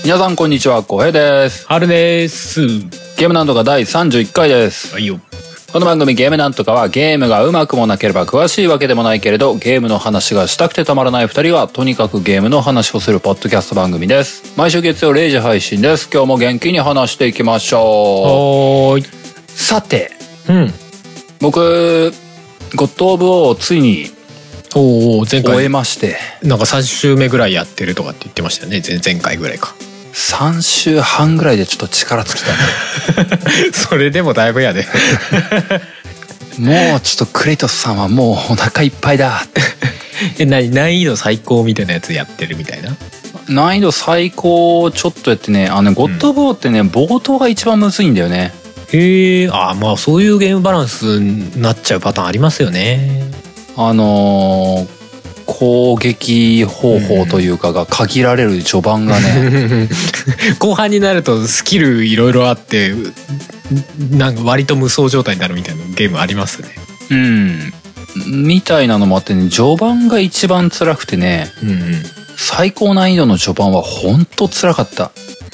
皆さんこんにちは、こうへいです。 はるです。 ゲームなんとか第31回です。 はいよ。 この番組ゲームなんとかはゲームがうまくもなければ詳しいわけでもないけれどゲームの話がしたくてたまらない二人がとにかくゲームの話をするポッドキャスト番組です。毎週月曜0時配信です。今日も元気に話していきましょう。 はーい。 さて、 僕ゴッドオブオーをついに前回終えまして、 なんか3週目ぐらいやってるとかって言ってましたよね。前回ぐらいか。 3週半ぐらいでちょっと力尽きたね。 それでもだいぶやで。 もうちょっとクレイトスさんはもうお腹いっぱいだ。 難易度最高みたいなやつやってるみたいな。 難易度最高ちょっとやってね、ゴッドオブオーってね、冒頭が一番むずいんだよね。 へえ、まあそういうゲームバランスになっちゃうパターンありますよね。 攻撃方法というかが限られる序盤がね後半になるとスキルいろいろあってなんか割と無双状態になるみたいなゲームありますね。 みたいなのもあってね、序盤が一番辛くてね、最高難易度の序盤はほんと辛かった。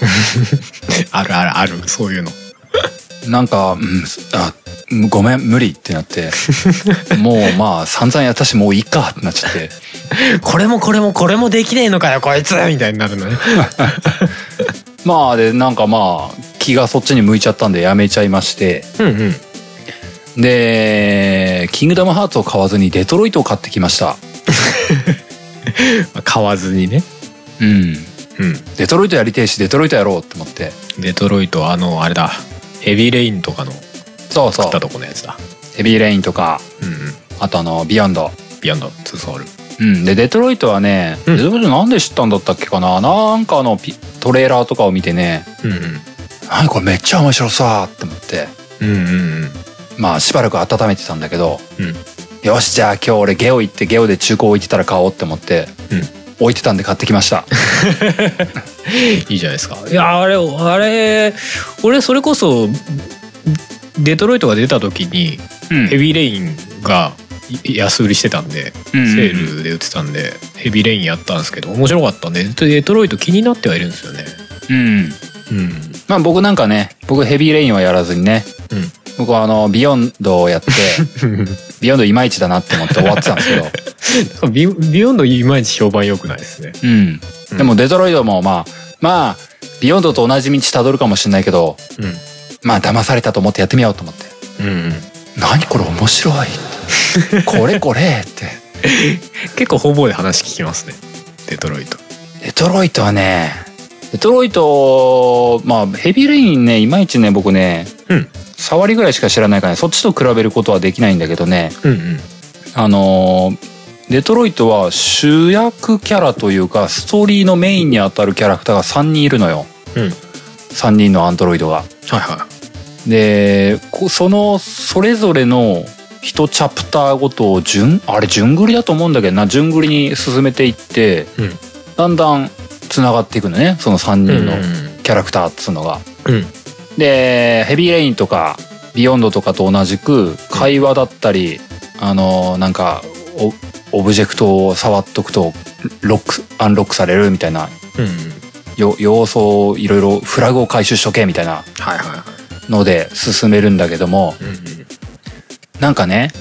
あるそういうの。 なんか、ごめん無理ってなってもうまあ散々やったしもういいかってなっちゃってこれもできねえのかよこいつみたいになるのね。 まあでなんかまあ気がそっちに向いちゃったんでやめちゃいまして、でキングダムハーツを買わずにデトロイトを買ってきました。 買わずにね。 デトロイトやりてえしデトロイトやろうって思って。 デトロイトあれだ、ヘビーレインとかのそう作ったとこのやつだ。 ヘビーレインとか、あとビヨンド 2ソウル。 でデトロイトはね、デトロイトなんで知ったんだったっけかな、なんかトレーラーとかを見てね、何これめっちゃ面白さって思って、まあしばらく温めてたんだけど、よしじゃあ今日俺ゲオ行ってゲオで中古置いてたら買おうって思って、置いてたんで買ってきました。 いいじゃないですか。いやあれ俺それこそデトロイトが出た時に、ヘビーレインが安売りしてたんで、セールで売ってたんでヘビーレインやったんですけど面白かったんでデトロイト気になってはいるんですよね。 まあ僕なんかね、ヘビーレインはやらずにね、僕はビヨンドをやってビヨンドいまいちだなって思って終わってたんですけどビヨンドいまいち評判良くないですね。 でもデトロイトもまあビヨンドと同じ道たどるかもしれないけど、まあ騙されたと思ってやってみようと思って、何これ面白いこれって結構方々で話聞きますね。デトロイトはね、まあヘビーレインねいまいちね僕ね、触りぐらいしか知らないからね、そっちと比べることはできないんだけどね、デトロイトは主役キャラというかストーリーのメインにあたるキャラクターが3人いるのよ。3人のアンドロイドが。でそれぞれの1チャプターごとを順繰りだと思うんだけどな、順繰りに進めていって、だんだんつながっていくのね、その3人のキャラクターっつうのが。でヘビーレインとかビヨンドとかと同じく会話だったり、なんかオブジェクトを触っとくとアンロックされるみたいな、要素をいろいろフラグを回収しとけみたいなので進めるんだけども、なんかね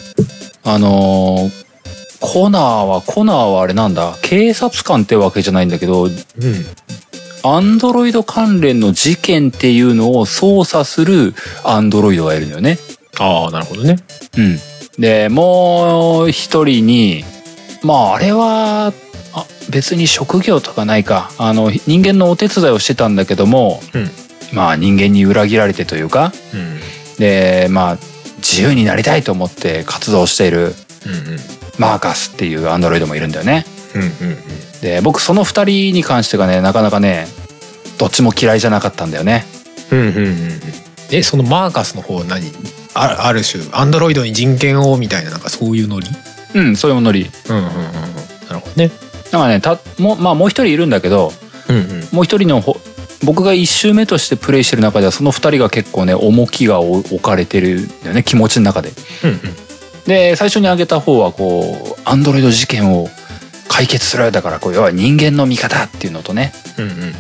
コナーはあれなんだ、警察官ってわけじゃないんだけど、アンドロイド関連の事件っていうのを操作するアンドロイドがいるのよね。 ああなるほどね。 でもう一人に、まああれは別に職業とかないか、人間のお手伝いをしてたんだけども、まあ人間に裏切られてというか、でまあ自由になりたいと思って活動しているマーカスっていうアンドロイドもいるんだよね。で僕その2人に関してがねなかなかねどっちも嫌いじゃなかったんだよね。 そのマーカスの方何ある種アンドロイドに人権をみたいな、なんかそういうノリ。 そういうノリ。 なるほどね。 だからねもう一人いるんだけど、もう一人の僕が1周目としてプレイしてる中ではその2人が結構ね重きが置かれてるんだよね、気持ちの中で。で最初に挙げた方はこうアンドロイド事件を解決する、だからこう要は人間の味方っていうのとね、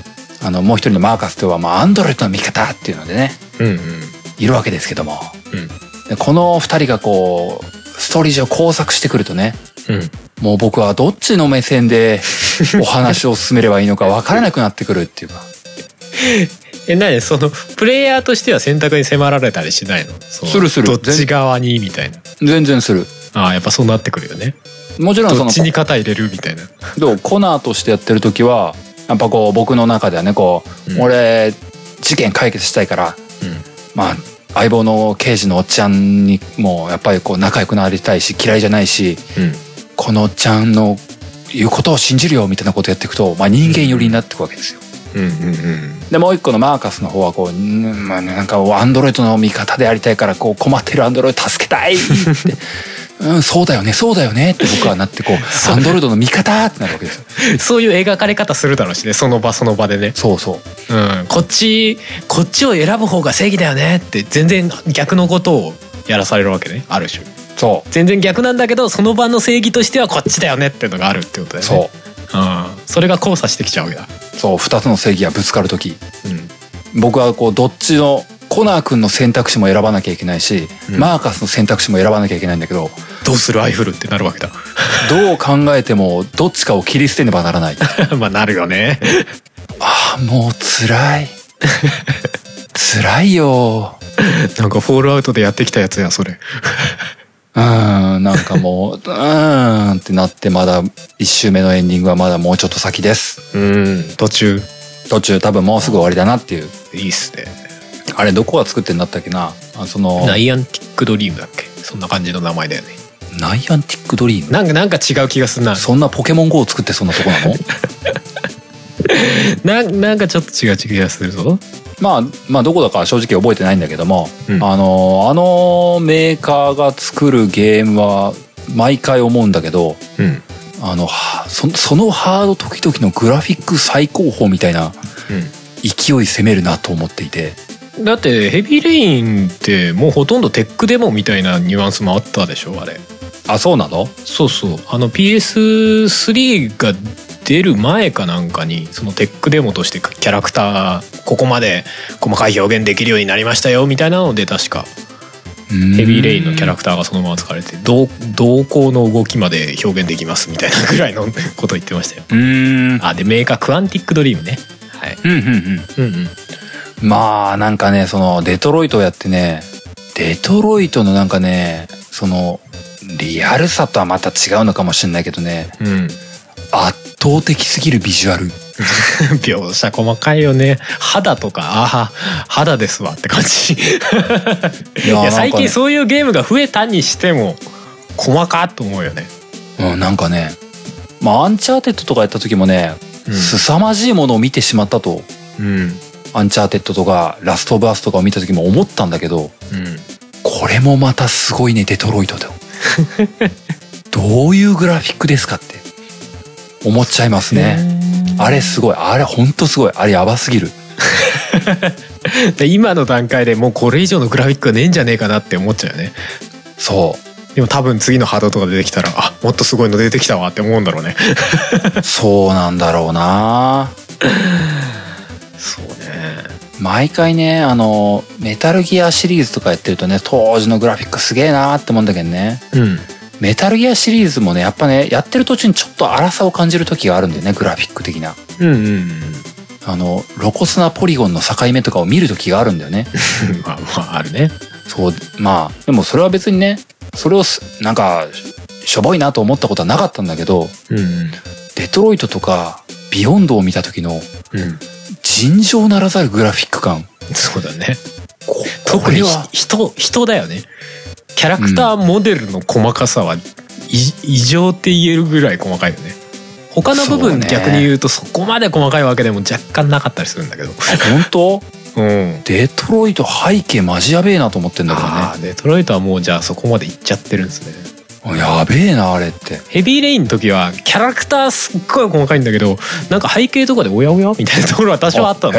もう一人のマーカスとはアンドロイドの味方っていうのでね、いるわけですけども、でこの2人がこうストーリー上交錯してくるとね、もう僕はどっちの目線でお話を進めればいいのか分からなくなってくるっていうか何そのプレイヤーとしては選択に迫られたりしないの？するどっち側にみたいな。 全然する。 やっぱそうなってくるよね。 もちろんどっちに肩入れるみたいな。 コナーとしてやってる時はやっぱこう僕の中ではねこう、俺事件解決したいから、相棒の刑事のおっちゃんにもやっぱりこう仲良くなりたいし嫌いじゃないし、このおっちゃんの言うことを信じるよみたいなことやっていくと、人間寄りになっていくわけですよ。でもう一個のマーカスの方はこう、なんかアンドロイドの味方でありたいからこう困ってるアンドロイド助けたいってそうだよねそうだよねって僕はなってこうアンドロイドの味方ってなるわけですよ。 そういう描かれ方するだろうしね、その場その場でね。 そうそう、 こっちを選ぶ方が正義だよねって全然逆のことをやらされるわけね、ある種。 そう全然逆なんだけどその場の正義としてはこっちだよねっていうのがあるってことだよね。 そう、 それが交差してきちゃうわけだ。 そう、2つの正義がぶつかる時、僕はこうどっちのコナー君の選択肢も選ばなきゃいけないし、マーカスの選択肢も選ばなきゃいけないんだけど、 どうするアイフルってなるわけだ。 どう考えてもどっちかを切り捨てねばならない。 なるよね。 もう辛い辛いよ。 なんかフォールアウトでやってきたやつやそれ。 なんかもうってなって、まだ1周目のエンディングはまだもうちょっと先です。 途中多分もうすぐ終わりだなっていう。 いいっすね。 あれどこが作ってんだったっけな。 ナイアンティックドリームだっけ、そんな感じの名前だよね。 ナイアンティックドリーム、 なんか違う気がするな。 そんなポケモン GO を作ってそんなとこなのなんかちょっと違う気がするぞ。 どこだか正直覚えてないんだけども、あのメーカーが作るゲームは毎回思うんだけど、そのハード時々のグラフィック最高峰みたいな勢い攻めるなと思っていて、 だってヘビーレインってもうほとんどテックデモみたいなニュアンスもあったでしょあれ。 そうなの？ そうそう、PS3 が出る前かなんかにそのテックデモとしてキャラクターここまで細かい表現できるようになりましたよみたいなので、確かヘビーレインのキャラクターがそのまま使われて瞳孔の動きまで表現できますみたいなぐらいのこと言ってましたよ。でメーカークアンティックドリームね。はい。 なんかね、そのデトロイトをやってね、デトロイトのなんかね、そのリアルさとはまた違うのかもしれないけどね、圧倒的すぎるビジュアル。 描写細かいよね。肌とか肌ですわって感じ。いや最近そういうゲームが増えたにしても細かっと思うよね。 なんかね、アンチャーテッドとかやった時もね、凄まじいものを見てしまったと、アンチャーテッドとかラストオブアスとかを見た時も思ったんだけど、これもまたすごいね、デトロイトで。どういうグラフィックですかって思っちゃいますね。あれすごい、あれほんとすごい、あれやばすぎる。 で今の段階でもうこれ以上のグラフィックがねえんじゃねえかなって思っちゃうよね。 そう。 でも多分次のハードとか出てきたらもっとすごいの出てきたわって思うんだろうね。 そうなんだろうな。 そうね。 毎回ね、メタルギアシリーズとかやってるとね、当時のグラフィックすげえなーって思うんだけどね。メタルギアシリーズもね、やっぱね、やってる途中にちょっと荒さを感じる時があるんだよね、グラフィック的な。露骨なポリゴンの境目とかを見る時があるんだよね。 あるね。 そう、でもそれは別にね、それをなんかしょぼいなと思ったことはなかったんだけど、デトロイトとかビヨンドを見た時の尋常ならざるグラフィック感。 そうだね。特に人だよね。キャラクターモデルの細かさは異常って言えるぐらい細かいよね。他の部分逆に言うとそこまで細かいわけでも若干なかったりするんだけど。 本当？デトロイト背景マジやべえなと思ってんだけどね。 デトロイトはもうじゃあそこまでいっちゃってるんですね。 やべえなあれって。ヘビーレインの時はキャラクターすっごい細かいんだけど、なんか背景とかでおやおやみたいなところは多少あったの。だ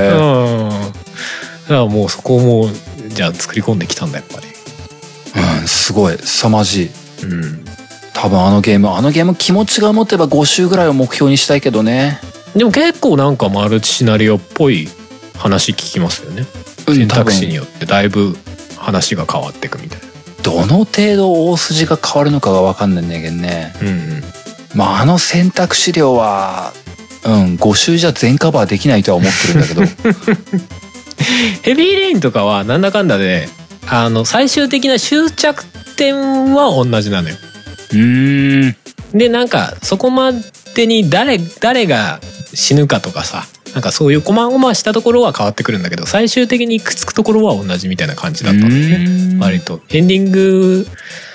からもうそこもじゃあ作り込んできたんだやっぱり。 すごい凄まじい。多分あのゲーム気持ちが持てば5周ぐらいを目標にしたいけどね。 でも結構なんかマルチシナリオっぽい話聞きますよね。選択肢によってだいぶ話が変わっていくみたいな。 どの程度大筋が変わるのかが分かんないんだけどね。まあ選択肢量は5周じゃ全カバーできないとは思ってるんだけどヘビーレインとかはなんだかんだで最終的な終着点は同じなのよ。でなんかそこまでに誰が死ぬかとかさ、なんかそういう細々したところは変わってくるんだけど、最終的にくっつくところは同じみたいな感じだったんだよね。割とエンディング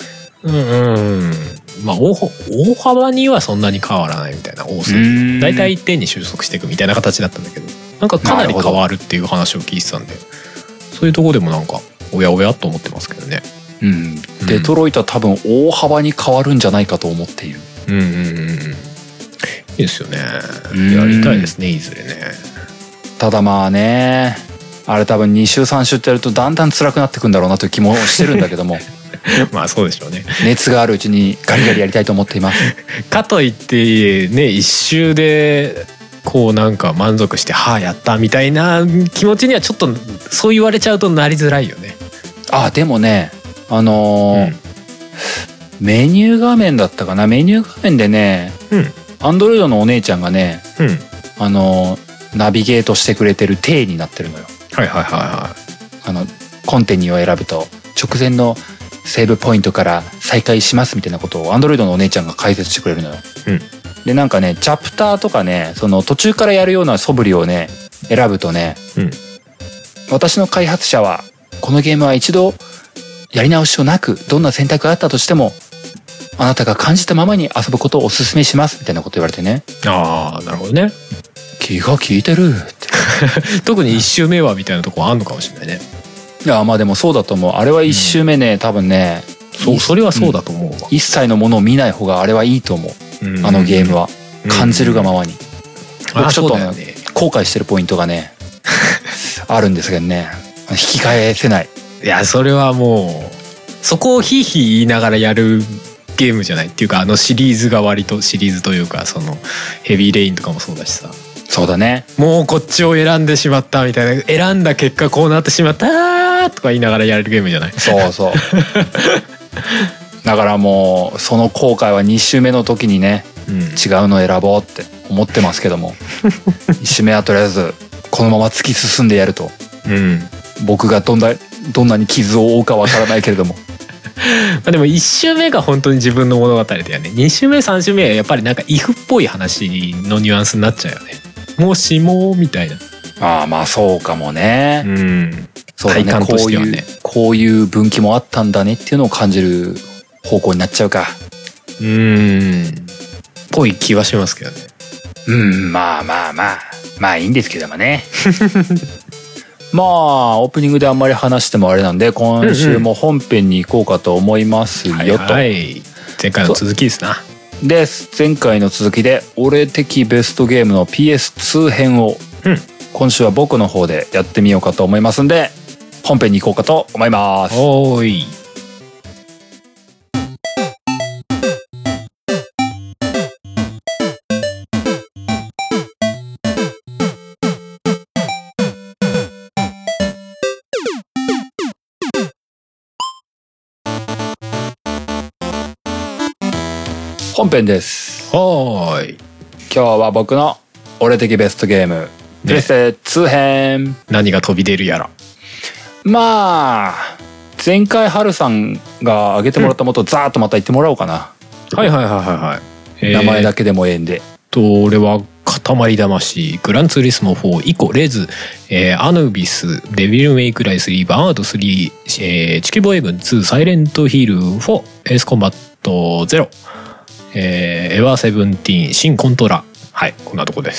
まあ大幅にはそんなに変わらないみたいな、大筋だいたい一点に収束していくみたいな形だったんだけど、なんかかなり変わるっていう話を聞いてたんで、そういうところでもなんかおやおやと思ってますけどね。 デトロイトは多分大幅に変わるんじゃないかと思っている。 いいですよね。やりたいですね、いずれね。 ただまあね、あれ多分2週3週ってやるとだんだん辛くなってくんだろうなという気もしてるんだけどもまあそうでしょうね。 熱があるうちにガリガリやりたいと思っていますかといってね、一周でこうなんか満足してはあやったみたいな気持ちにはちょっとそう言われちゃうとなりづらいよね。 でもねメニュー画面だったかな、メニュー画面でね、アンドロイドのお姉ちゃんがね、ナビゲートしてくれてる体になってるのよ。コンテニューを選ぶと直前のセーブポイントから再開しますみたいなことをアンドロイドのお姉ちゃんが解説してくれるのよ。でなんかね、チャプターとかね、その途中からやるような素振りをね選ぶとね、私の開発者はこのゲームは一度やり直しをなく、どんな選択があったとしてもあなたが感じたままに遊ぶことをお勧めしますみたいなこと言われてね。 なるほどね。 気が利いてるって特に1周目はみたいなとこあんのかもしれないね。 いやまあでもそうだと思う。あれは1周目ね、多分ね、 それはそうだと思うわ。 一切のものを見ない方があれはいいと思う。あのゲームは感じるがままに。僕ちょっと後悔してるポイントがねあるんですけどね、引き返せない。 いやそれはもうそこをヒーヒー言いながらやるゲームじゃないっていうか、シリーズが割とシリーズというか、そのヘビーレインとかもそうだしさ。 そうだね。 もうこっちを選んでしまったみたいな、選んだ結果こうなってしまったとか言いながらやれるゲームじゃない。 そうだからもうその後悔は2周目の時にね、違うの選ぼうって思ってますけども1周目はとりあえずこのまま突き進んでやると、僕がどんなに傷を負うかわからないけれどもでも1周目が本当に自分の物語だよね。2周目3周目はやっぱりなんかイフっぽい話のニュアンスになっちゃうよね。もしもみたいな。 まあそうかもね。そうだね、 体感としてはね、 こういう分岐もあったんだねっていうのを感じる方向になっちゃうか。 ぽい気はしますけどね。 まあいいんですけどもねまあオープニングであんまり話してもあれなんで、今週も本編に行こうかと思いますよと。 前回の続きですな。 前回の続きで俺的ベストゲームの PS2 編を、今週は僕の方でやってみようかと思いますんで、本編に行こうかと思います。 おーい。 本編です。 はい。 今日は僕の俺的ベストゲームプレステ2編。 何が飛び出るやら。 まあ前回ハルさんが挙げてもらったもとザーッとまた言ってもらおうかな。名前だけでもええんで。 俺は塊魂、グランツーリスモ4、イコ、レズ、アヌビス、デビルメイクライ3、バーンアウト3、チキボーイブン2、サイレントヒール4、エースコンバット0、エヴァーセブンティーン、新コントラ。はい、こんなとこです。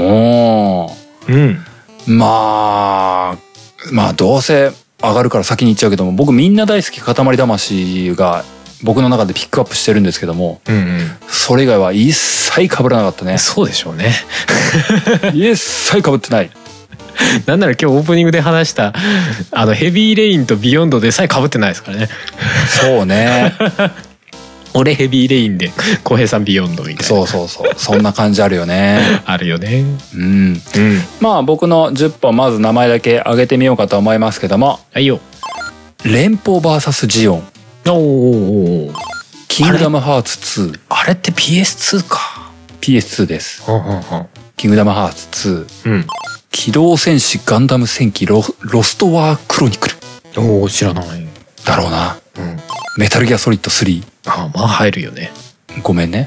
まあどうせ上がるから先に言っちゃうけども、僕みんな大好き塊魂が僕の中でピックアップしてるんですけども、それ以外は一切被らなかったね。 そうでしょうね一切被ってない。 なんなら今日オープニングで話したヘビーレインとビヨンドでさえ被ってないですからね。 そうね俺ヘビーレインで浩平さんビヨンドみたいな。 そうそうそう、そんな感じあるよね。 あるよね。 うん、まあ僕の10本まず名前だけ挙げてみようかと思いますけども、 はいよ。 連邦 VS ジオン、 おお、 キングダムハーツ2。 あれって PS2 か。 PS2 です。キングダムハーツ2、機動戦士ガンダム戦記 ロストワークロニクル。 おお、知らない。 だろうな。メタルギアソリッド3。 あ、まあ入るよね。 ごめんね。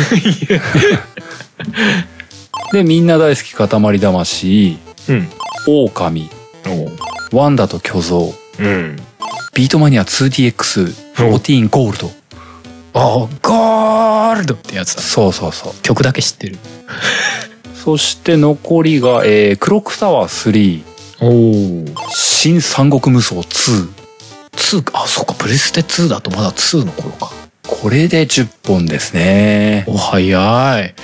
で、みんな大好き塊魂、狼、ワンダと巨像、ビートマニア 2DX14 ゴールド。 あ、ゴールドってやつだ。 そうそうそう。 曲だけ知ってる。 そして残りが、クロックタワー3、新三国無双2。 あ、そうか、プレステ2だとまだ2の頃か。 これで10本ですね。 お、早い。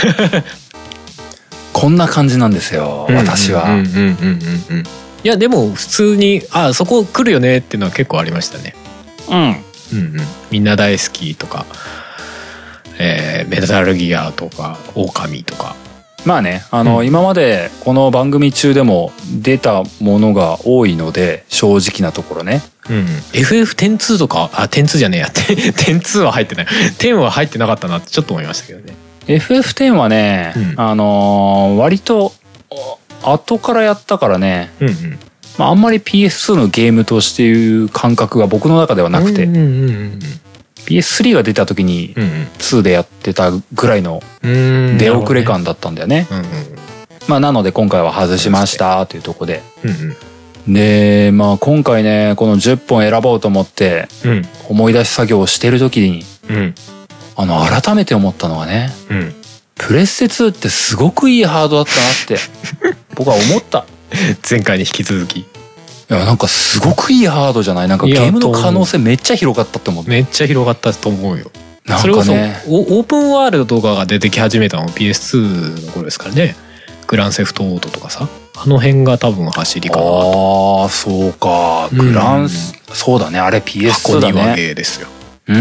こんな感じなんですよ、私は。 いや、でも普通に、あ、そこ来るよねっていうのは結構ありましたね。みんな大好きとか、メタルギアとか狼とか。まあね、今までこの番組中でも出たものが多いので、正直なところね。FF102 とか、あ、102じゃねえや。102は入ってない。10は入ってなかったなってちょっと思いましたけどね。FF10 はね、割と後からやったからね、あんまり PS2 のゲームとしていう感覚が僕の中ではなくて、PS3 が出た時に2でやってたぐらいの出遅れ感だったんだよね。まあなので今回は外しましたというとこで、でまあ今回ねこの10本選ぼうと思って思い出し作業をしてる時に、改めて思ったのはね、プレステ2ってすごくいいハードだったなって僕は思った。前回に引き続き。いや、なんかすごくいいハードじゃない？なんかゲームの可能性めっちゃ広がったって思って。めっちゃ広がったと思うよ。なんかね、それこそオープンワールドとかが出てき始めたの PS2 の頃ですからね。グランセフトオートとかさ、あの辺が多分走りかなと。ああ、そうか。グラン、そうだね、あれ PS2 だね。箱庭ゲーですよ。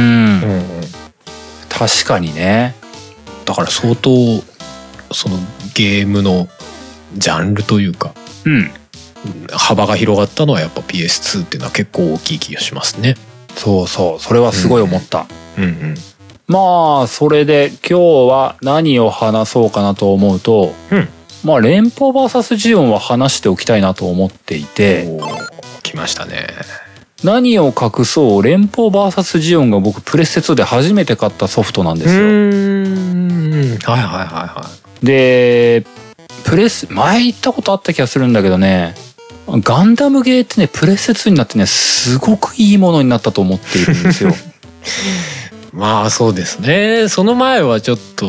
確かにね。だから相当そのゲームのジャンルというか、幅が広がったのはやっぱ PS2 っていうのは結構大きい気がしますね。そうそう、それはすごい思った。まあそれで今日は何を話そうかなと思うと、まあ連邦 VS ジオンは話しておきたいなと思っていて。来ましたね。何を隠そう、連邦 VS ジオンが僕プレステ2で初めて買ったソフトなんですよ。はいはいはいはい。で前言ったことあった気がするんだけどね、ガンダムゲーってねプレステ2になってねすごくいいものになったと思っているんですよ。まあそうですね。その前はちょっと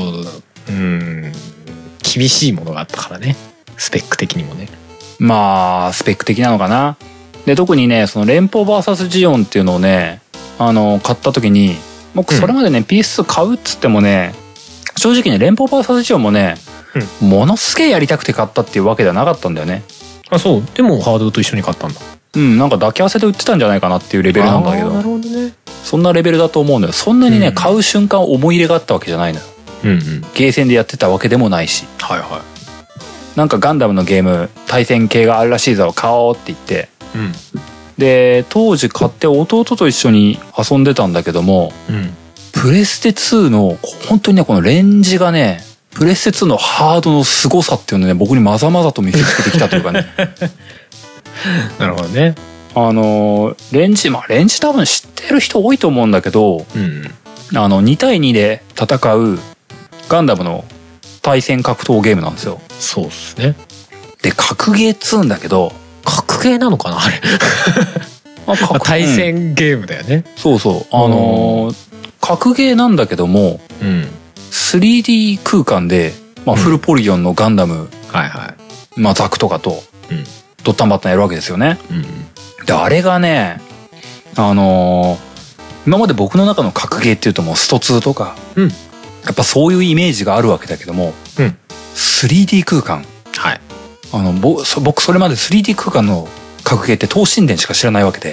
厳しいものがあったからね、スペック的にもね。まあスペック的なのかな。で特にねその連邦 VS ジオンっていうのをね買った時に、僕それまでね、PS2 買うっつってもね、正直ね連邦 VS ジオンもね、ものすげえやりたくて買ったっていうわけではなかったんだよね。あ、そう。でもハードと一緒に買ったんだ。なんか抱き合わせで売ってたんじゃないかなっていうレベルなんだけど。なるほどね。そんなレベルだと思うのよ。そんなにね、買う瞬間思い入れがあったわけじゃないのよ。ゲーセンでやってたわけでもないし。はいはい。なんかガンダムのゲーム対戦系があるらしいぞ、買おうって言って。で当時買って弟と一緒に遊んでたんだけども、プレステ2の本当にねこのレンジがね、プレステ2のハードの凄さっていうのをね僕にまざまざと見せつけてきたというかね。なるほどね。レンジ多分知ってる人多いと思うんだけど、2対2で戦うガンダムの対戦格闘ゲームなんですよ。そうですね。で格ゲーっつうんだけど、格ゲーなのかなあれ。対戦ゲームだよね。そうそう。格ゲーなんだけども、3D 空間で、フルポリゴンのガンダム、ザクとかとドッタンバッタンやるわけですよね。であれがね、今まで僕の中の格ゲーっていうともうスト2とか、やっぱそういうイメージがあるわけだけども、3D 空間、僕それまで 3D 空間の格ゲーって等身電しか知らないわけで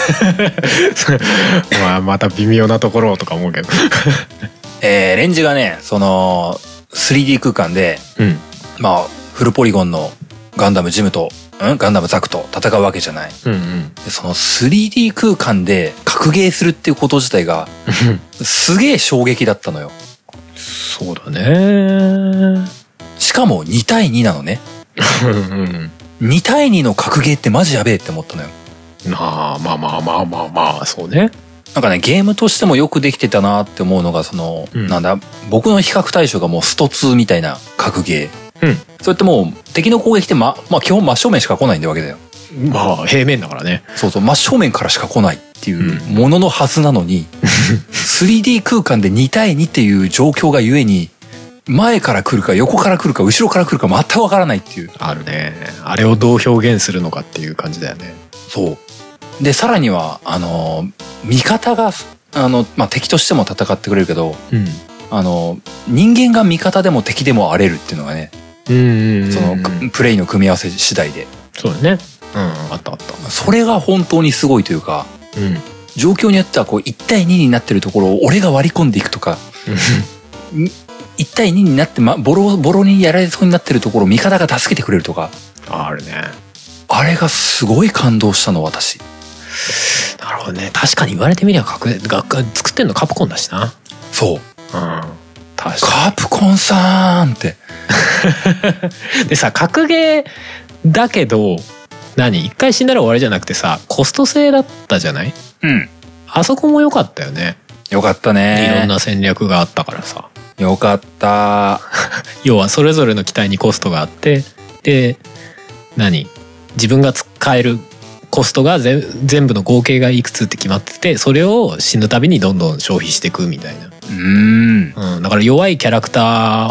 まあまた微妙なところとか思うけどレンジがねその 3D 空間で、まあフルポリゴンのガンダムジムと、ガンダムザクと戦うわけじゃない、でその 3D 空間で格ゲーするっていうこと自体がすげえ衝撃だったのよ。 そうだね。 しかも2対2なのね2対2の格ゲーってマジやべえって思ったのよ。 まあそうね。 なんかねゲームとしてもよくできてたなって思うのがその、なんだ僕の比較対象がもうスト2みたいな格ゲー、それってもう敵の攻撃ってまあ基本真正面しか来ないんだわけだよ。 まあ平面だからね。 そうそう真正面からしか来ないっていうもののはずなのに、3D 空間で2対2っていう状況がゆえに前から来るか横から来るか後ろから来るか全くわからないっていう。 あるね。あれをどう表現するのかっていう感じだよね。 そうでさらには味方がまあ、敵としても戦ってくれるけど、人間が味方でも敵でもあれるっていうのがね、そのプレイの組み合わせ次第で。 そうだね。あったあった。 それが本当にすごいというか、状況によってはこう1対2になってるところを俺が割り込んでいくとか1対2になって、ボロボロにやられそうになってるところを味方が助けてくれるとか。 あるね。 あれがすごい感動したの私。 なるほどね。確かに言われてみれば作ってんのカプコンだしな。 そう。 確かに。 カプコンさーんってでさ格ゲーだけど一回死んだら終わりじゃなくてさコスト制だったじゃない？あそこも良かったよね。 よかったね。 いろんな戦略があったからさ。 よかった要はそれぞれの機体にコストがあってで自分が使えるコストが全部の合計がいくつって決まっててそれを死ぬたびにどんどん消費していくみたいな。だから弱いキャラクター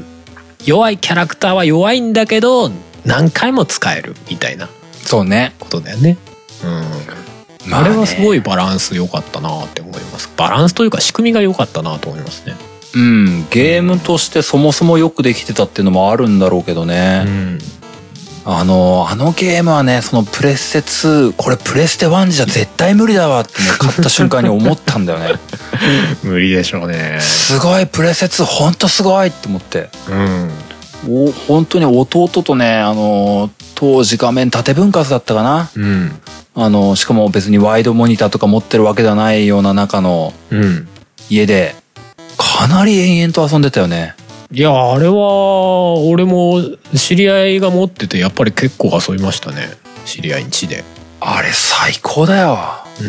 は弱いんだけど何回も使えるみたいなそうねことだよね。あれはすごいバランス良かったなって思います。バランスというか仕組みが良かったなと思いますね。 ゲームとしてそもそもよくできてたっていうのもあるんだろうけどね。あのゲームはねそのプレステ2これプレステ1じゃ絶対無理だわってね買った瞬間に思ったんだよね無理でしょうね。 すごいプレステ2ほんとすごいって思って、本当に弟とね当時画面縦分割だったかな、しかも別にワイドモニターとか持ってるわけではないような中の家でかなり延々と遊んでたよね。 いやあれは俺も知り合いが持っててやっぱり結構遊びましたね。知り合いん家で。 あれ最高だよ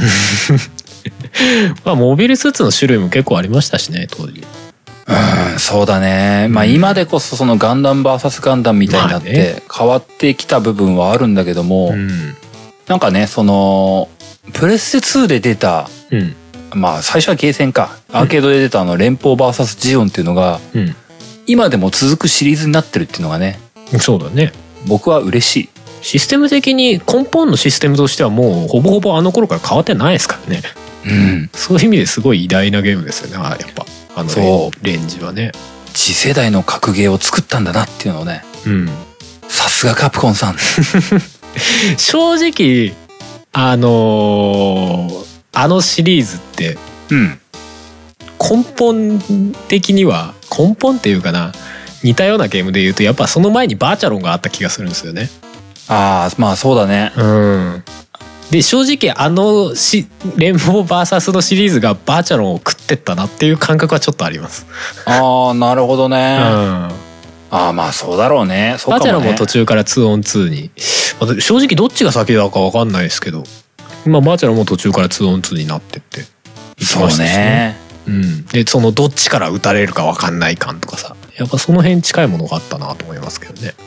まあモビルスーツの種類も結構ありましたしね当時。 そうだね。まあ今でこそそのガンダム VS ガンダムみたいになって変わってきた部分はあるんだけども、なんかねそのプレステ2で出た、まあ最初はゲーセンかアーケードで出た連邦 VS ジオンっていうのが、今でも続くシリーズになってるっていうのがね。 そうだね。 僕は嬉しい。 システム的に根本のシステムとしてはもうほぼほぼあの頃から変わってないですからね。そういう意味ですごい偉大なゲームですよね。やっぱレンジはね次世代の格ゲーを作ったんだなっていうのをね。さすがカプコンさん正直あのシリーズって、根本的には根本っていうかな似たようなゲームで言うとやっぱその前にバーチャロンがあった気がするんですよね。 まあそうだね。 で正直連邦 VS のシリーズがバーチャロンを食ってったなっていう感覚はちょっとあります。 なるほどね。まあそうだろうね。 バーチャロンも途中から 2on2 に正直どっちが先だか分かんないですけどバーチャロンも途中から 2on2 になってっていきましたしね。でそのどっちから撃たれるか分かんない感とかさやっぱその辺近いものがあったなと思いますけどね。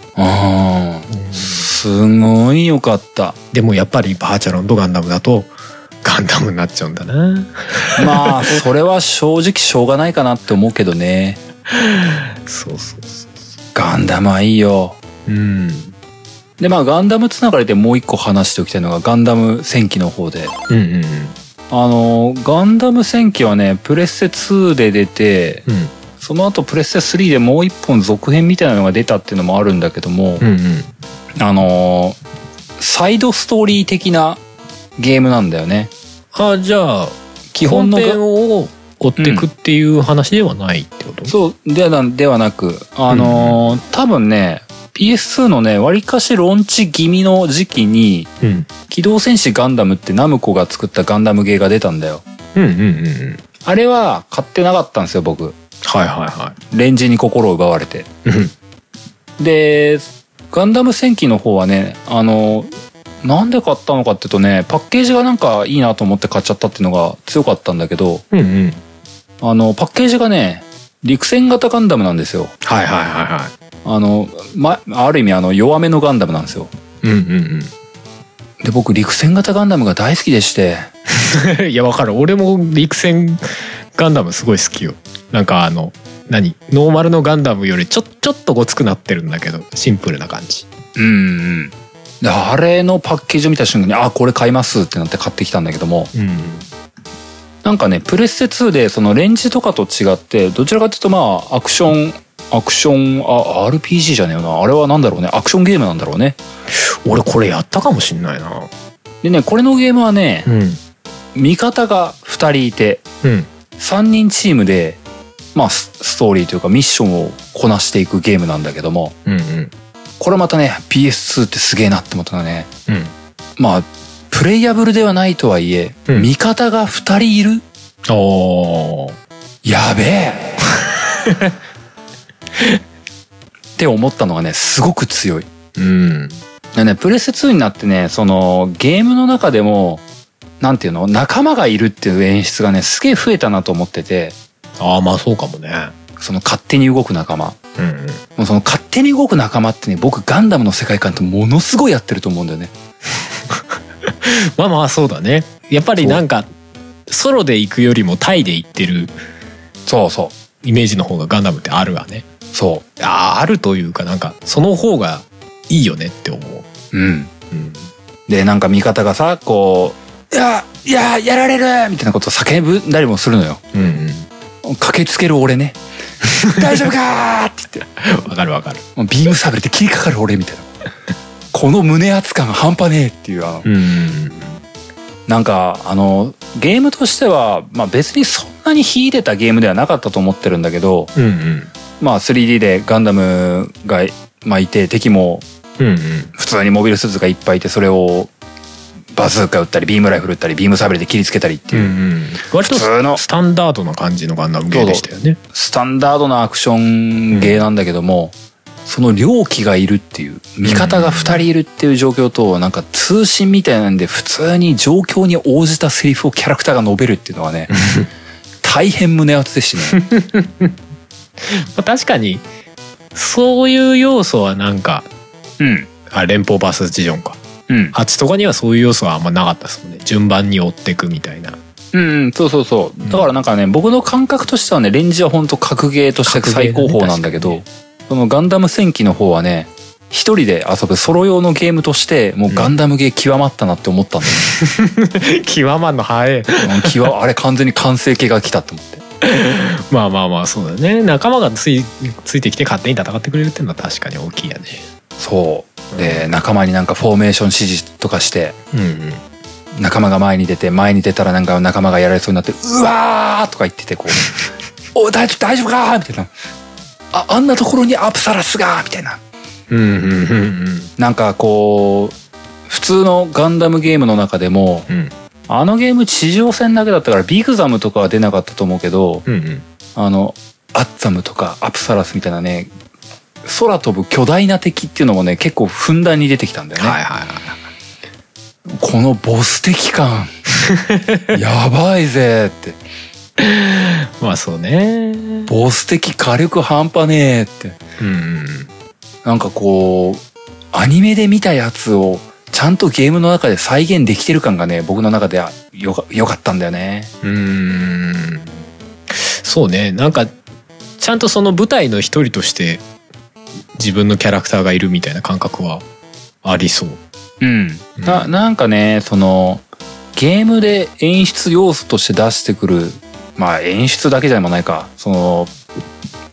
すごいよかった。 でもやっぱりバーチャロンとガンダムだとガンダムになっちゃうんだな。 まあそれは正直しょうがないかなって思うけどね。 そうガンダムはいいよ。でガンダムつながりでもう一個話しておきたいのがガンダム戦記の方で、ガンダム戦記はねプレステ2で出て、その後プレステ3でもう一本続編みたいなのが出たっていうのもあるんだけども、 サイドストーリー的なゲームなんだよね。 じゃあ基本の本編を追ってくっていう話ではないってこと？ そうではなく、多分ね PS2 のねわりかしローンチ気味の時期に、機動戦士ガンダムってナムコが作ったガンダムゲーが出たんだよ。あれは買ってなかったんですよ僕。レンジに心を奪われて。でガンダム戦記の方はねなんで買ったのかっていうとね、パッケージがなんかいいなと思って買っちゃったっていうのが強かったんだけど、パッケージがね陸戦型ガンダムなんですよ。ある意味弱めのガンダムなんですよ。で僕陸戦型ガンダムが大好きでしていやわかる、俺も陸戦ガンダムすごい好きよ。なんかノーマルのガンダムよりちょっとごつくなってるんだけどシンプルな感じ。 であれのパッケージを見た瞬間にこれ買いますってなって買ってきたんだけども、なんかねプレステ2でそのレンジとかと違ってどちらかというとまあアクションRPG じゃねえよな、あれはなんだろうね、アクションゲームなんだろうね。 俺これやったかもしんないな。 でねこれのゲームはね、味方が2人いて、3人チームでまあストーリーというかミッションをこなしていくゲームなんだけども、これまたね PS2 ってすげえなって思ったのはね、まあプレイヤブルではないとはいえ、味方が2人いる。やべえって思ったのがねすごく強い。でねプレステ2になってねそのゲームの中でもなんていうの仲間がいるっていう演出がねすげえ増えたなと思ってて。 まあそうかもね。 その勝手に動く仲間、もうその勝手に動く仲間ってね僕ガンダムの世界観ってものすごいやってると思うんだよねまあそうだね。やっぱりなんかソロで行くよりもタイで行ってるイメージの方がガンダムってあるわね。あるというかなんかその方がいいよねって思う。でなんか味方がさこうやられるみたいなことを叫ぶだりもするのよ。駆けつける俺ね大丈夫かって言ってわかるビームサブレで切りかかる俺みたいなこの胸圧感半端ねえっていうなんかゲームとしては、まあ、別にそんなに秀でたゲームではなかったと思ってるんだけど、まあ 3D でガンダムが、まあ、いて敵も普通にモビルスーツがいっぱいいてそれをバズーカ撃ったりビームライフル撃ったりビームサブレで切りつけたりっていう割とスタンダードな感じのガンダムゲーでしたよね。 スタンダードなアクションゲーなんだけども、その両機がいるっていう味方が2人いるっていう状況となんか通信みたいなんで普通に状況に応じたセリフをキャラクターが述べるっていうのはね大変胸熱ですしね確かにそういう要素はなんか、連邦バーサスジジョンか、8とかにはそういう要素はあんまなかったですもんね。順番に追ってくみたいな。そうだからなんかね僕の感覚としてはねレンジは本当格ゲーとして最高峰なんだけど、そのガンダム戦記の方はね一人で遊ぶソロ用のゲームとしてもうガンダムゲー極まったなって思ったんだよ極まんの早いあれ完全に完成形が来たって思ってまあそうだね。仲間がついてきて勝手に戦ってくれるっていうのは確かに大きいやね。 そうで仲間になんかフォーメーション指示とかして、仲間が前に出たらなんか仲間がやられそうになってうわーとか言っててこうお大丈夫かーみたいな、あんなところにアプサラスがみたいな、なんかこう普通のガンダムゲームの中でも、あのゲーム地上戦だけだったからビグザムとかは出なかったと思うけど、アッザムとかアプサラスみたいなね空飛ぶ巨大な敵っていうのもね結構ふんだんに出てきたんだよね。このボス敵感やばいぜってまあそうね。 ボス敵火力半端ねえって、なんかこうアニメで見たやつをちゃんとゲームの中で再現できてる感がね僕の中ではよかったんだよね。 そうね。なんかちゃんとその舞台の一人として自分のキャラクターがいるみたいな感覚はありそう。なんかねそのゲームで演出要素として出してくる、まあ演出だけじゃないか、その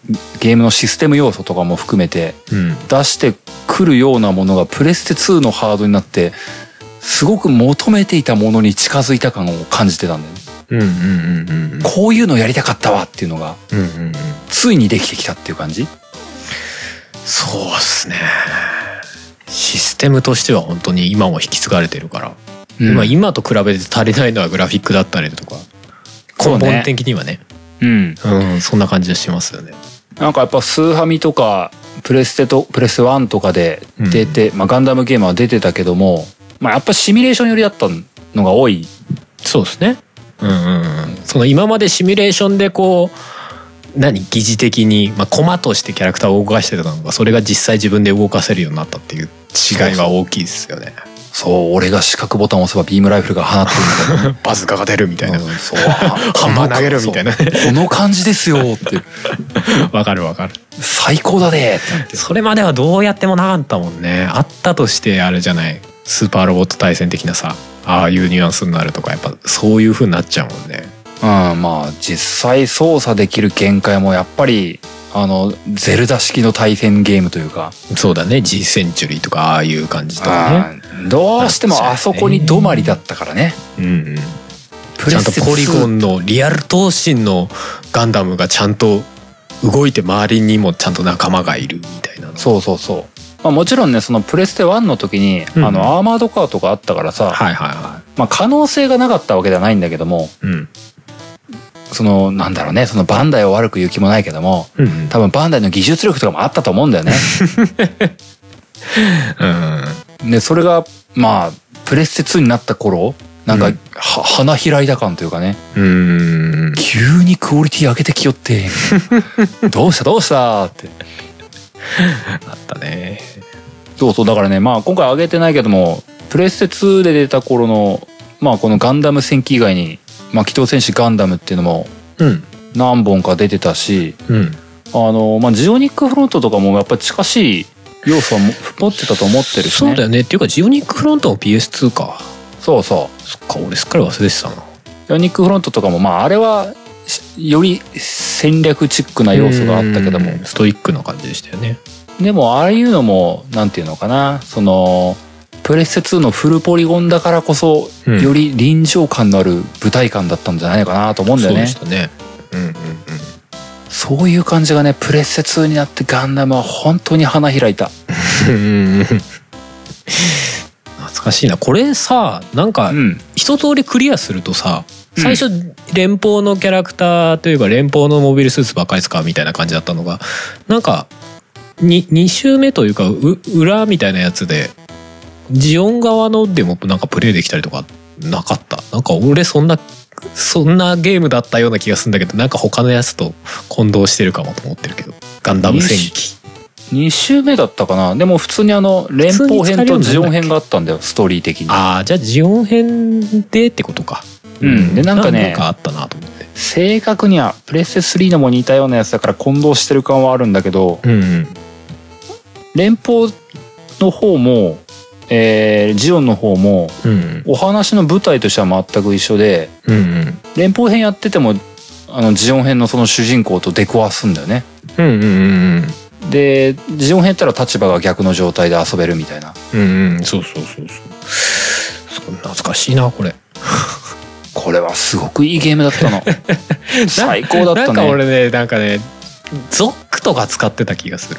ゲームのシステム要素とかも含めて出してくるようなものがプレステ2のハードになってすごく求めていたものに近づいた感を感じてたんだよね。こういうのやりたかったわっていうのがついにできてきたっていう感じ。 そうっすね。システムとしては本当に今も引き継がれてるから、今と比べて足りないのはグラフィックだったりとか根本的にはね、そんな感じがしますよね。 なんかやっぱスーファミとかプレステ1とかで出て、ガンダムゲームは出てたけども、やっぱシミュレーション寄りだったのが多い。 そうですね。その今までシミュレーションでこう疑似的に、コマとしてキャラクターを動かしてたのがそれが実際自分で動かせるようになったっていう違いは大きいですよね。 そう、俺が四角ボタンを押せばビームライフルが放ってるみたいなバズーカが出るみたいな、そうハンマー投げるみたいなこの感じですよってわかる最高だねって。 それまではどうやってもなかったもんね。あったとしてあれじゃない、スーパーロボット対戦的なさ、ああいうニュアンスになるとかやっぱそういう風になっちゃうもんね。 実際操作できる限界もやっぱりゼルダ式の対戦ゲームというか、 そうだね、Gセンチュリーとかああいう感じとかね、 どうしてもあそこに止まりだったからね。 ちゃんとポリゴンのリアル闘神のガンダムがちゃんと動いて周りにもちゃんと仲間がいるみたいな。 そうもちろんね、そのプレステ1の時に、アーマードカーとかあったからさ、可能性がなかったわけではないんだけども、そのなんだろうね、そのバンダイを悪く言う気もないけども、多分バンダイの技術力とかもあったと思うんだよね。でそれがプレステ2になった頃なんか、花開いた感というかね、急にクオリティ上げてきよってどうしたってあったね。 だからね、今回上げてないけどもプレステ2で出た頃のこのガンダム戦記以外に機動戦士ガンダムっていうのも何本か出てたし、ジオニックフロントとかもやっぱり近しい要素は持ってたと思ってるしね。 そうだよね。っていうかジオニックフロントも PS2 か。 そっか、俺すっかり忘れてたな。 ジオニックフロントとかもあれはより戦略チックな要素があったけどもストイックな感じでしたよね。 でもああいうのもなんていうのかな、そのプレステ2のフルポリゴンだからこそ、より臨場感のある舞台感だったんじゃないかなと思うんだよね。 そうでしたね。 そういう感じがね、プレステ2になってガンダムは本当に花開いた。 懐かしいな。これさ、なんか一通りクリアするとさ、最初連邦のキャラクターというか連邦のモビルスーツばっかり使うみたいな感じだったのが、なんか2周目というか裏みたいなやつでジオン側のでもなんかプレイできたりとかなかった？なんか俺そんなゲームだったような気がするんだけど、なんか他のやつと混同してるかもと思ってるけど。ガンダム戦記 2周目だったかな。でも普通に連邦編とジオン編があったんだよ、ストーリー的に。 ああ、じゃあジオン編でってことか。 でなんかね、 なんかあったなと思って。 正確にはプレステ3のも似たようなやつだから混同してる感はあるんだけど、連邦の方もジオンの方も、お話の舞台としては全く一緒で、連邦編やっててもジオン編のその主人公と出くわすんだよね。でジオン編やったら立場が逆の状態で遊べるみたいな。 そう懐かしいなこれ。 これはすごくいいゲームだったの。最高だったね。 なんか俺ね、なんかね、ゾックとか使ってた気がする。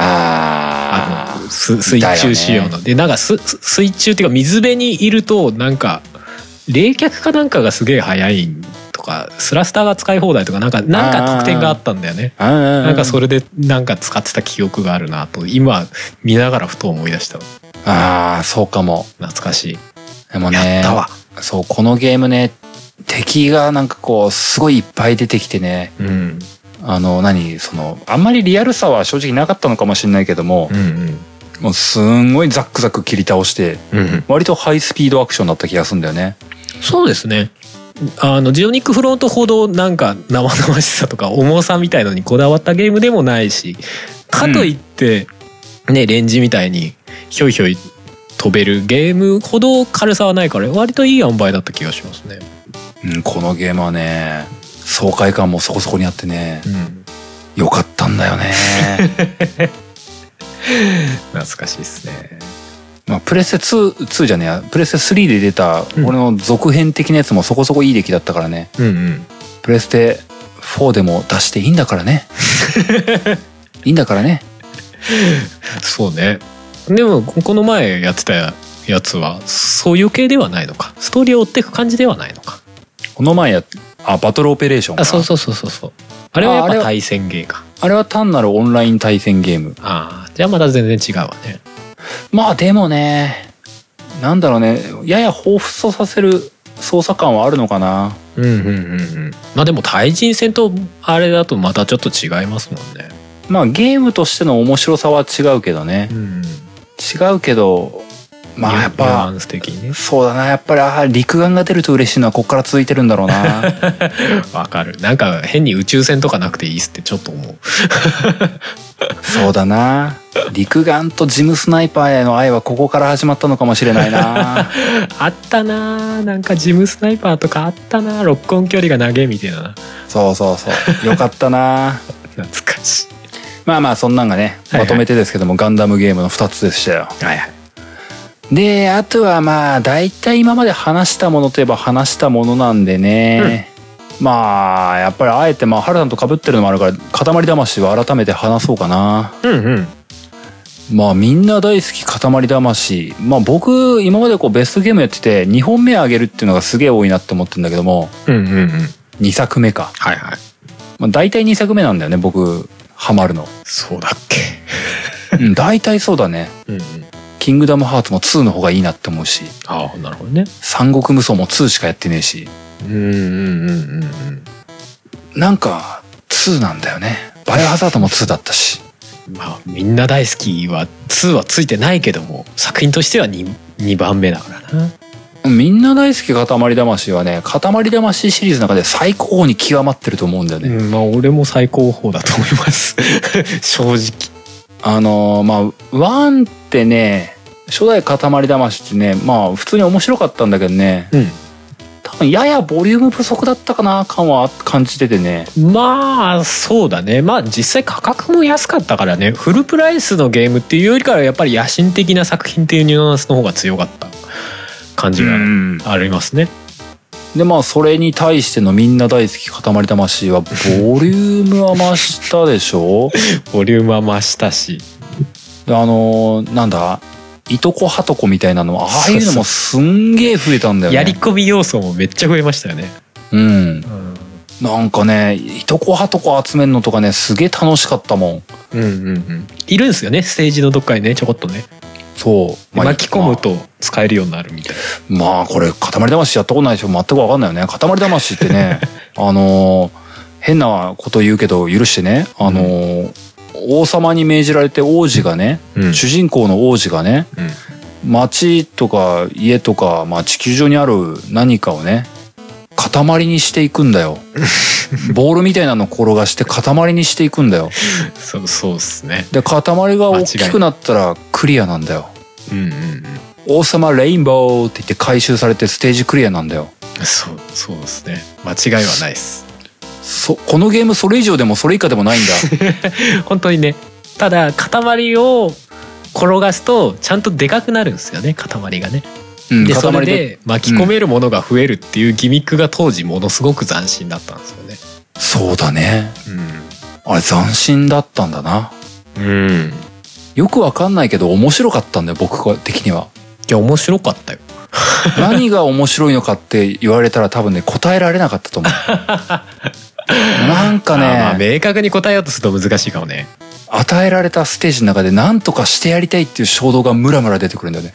水中仕様の、ね、でなんか水中っていうか水辺にいるとなんか冷却かなんかがすげえ速いとか、スラスターが使い放題とかなんか特典があったんだよね。なんかそれでなんか使ってた記憶があるなと今見ながらふと思い出した。 そうかも。 懐かしい。 でもね、 やったわ。 そうこのゲームね、敵がなんかこうすごいいっぱい出てきてね、あんまりリアルさは正直なかったのかもしれないけども、もうすんごいザックザク切り倒して、割とハイスピードアクションだった気がするんだよね。 そうですね。ジオニックフロントほどなんか生々しさとか重さみたいのにこだわったゲームでもないし、かといってね、レンジみたいにひょいひょい飛べるゲームほど軽さはないから割といい塩梅だった気がしますね。このゲームはね、爽快感もそこそこにあってね、よかったんんだよね。 懐かしいですね。 まあ、プレステ2じゃねえや、プレステ3で出た俺の続編的なやつもそこそこいい出来だったからね。うんうん。プレステ4でも出していいんだからね。いいんだからね。 そうね。でもこの前やってたやつはそういう系ではないのか。ストーリーを追っていく感じではないのか。 この前バトルオペレーションか。 そう。あれはやっぱ対戦ゲーか。 あれは単なるオンライン対戦ゲーム。 ああ、じゃあまた全然違うわね。 まあでもね、なんだろうね、やや彷彿とさせる操作感はあるのかな。 まあでも対人戦とあれだとまたちょっと違いますもんね。 まあゲームとしての面白さは違うけどね。違うけど、まあやっぱニュアンス的にね。 そうだな、やっぱり陸眼が出ると嬉しいのはこっから続いてるんだろうな。 わかる。なんか変に宇宙船とかなくていいっすってちょっと思う。 そうだな、陸眼とジムスナイパーへの愛はここから始まったのかもしれないな。 あったな、なんかジムスナイパーとかあったな、ロックオン距離が長えみたいな。 そうよかったな。 懐かしい。 まあまあそんなんがね、まとめてですけども、ガンダムゲームの2つでしたよ。はいはい。であとはまあ大体今まで話したものといえば話したものなんでね、まあやっぱりあえてまあハルさんと被ってるのもあるから塊魂は改めて話そうかな。まあみんな大好き塊魂。まあ僕今までこうベストゲームやってて2本目あげるっていうのがすげえ多いなって思ってるんだけども、2作目か。はいはい。まあ大体2作目なんだよね、僕ハマるの。 そうだっけ。 大体そうだね。キングダムハーツも2の方がいいなって思うし。 ああ、なるほどね。 三国無双も2しかやってねえし。なんか2なんだよね。バイオハザードも2だったし。 まあみんな大好きは2はついてないけども、作品としては 2番目だからな。 みんな大好き塊魂はね、塊魂シリーズの中で最高峰に極まってると思うんだよね。 まあ俺も最高峰だと思います。正直。まあ1ってね、初代塊魂ってね、まあ普通に面白かったんだけどね、多分ややボリューム不足だったかな感は感じててね。まあそうだね。まあ実際価格も安かったからね、フルプライスのゲームっていうよりかはやっぱり野心的な作品っていうニュアンスの方が強かった感じがありますね。 でまあそれに対してのみんな大好き塊魂はボリュームは増したでしょ。 ボリュームは増したし、 なんだ、いとこはとこみたいなの、ああいうのもすんげえ増えたんだよね。 やり込み要素もめっちゃ増えましたよね。 なんかね、いとこはとこ集めるのとかね、すげえ楽しかったもん。 いるんですよね、ステージのどっかにね、ちょこっとね。そう、巻き込むと使えるようになるみたいな。 まあこれ塊魂やったことないでしょ、全く分かんないよね。塊魂ってね、変なこと言うけど許してね、王様に命じられて王子がね、主人公の王子がね、町とか家とか、まあ、地球上にある何かをね塊にしていくんだよ。ボールみたいなの転がして塊にしていくんだよ。 そうですね。 で塊が大きくなったらクリアなんだよ。王様レインボーって言って回収されてステージクリアなんだよ。 そうですね。間違いはないです。 このゲームそれ以上でもそれ以下でもないんだ。 本当にね。ただ塊を転がすとちゃんとでかくなるんですよね、塊がね。でそれで巻き込めるものが増えるっていうギミックが当時ものすごく斬新だったんですよね。 そうだね。あれ斬新だったんだな。よくわかんないけど面白かったんだよ、僕的には。 いや面白かったよ。 何が面白いのかって言われたら多分ね答えられなかったと思う。なんかね、 まあ明確に答えようとすると難しいかもね。 与えられたステージの中で何とかしてやりたいっていう衝動がムラムラ出てくるんだよね。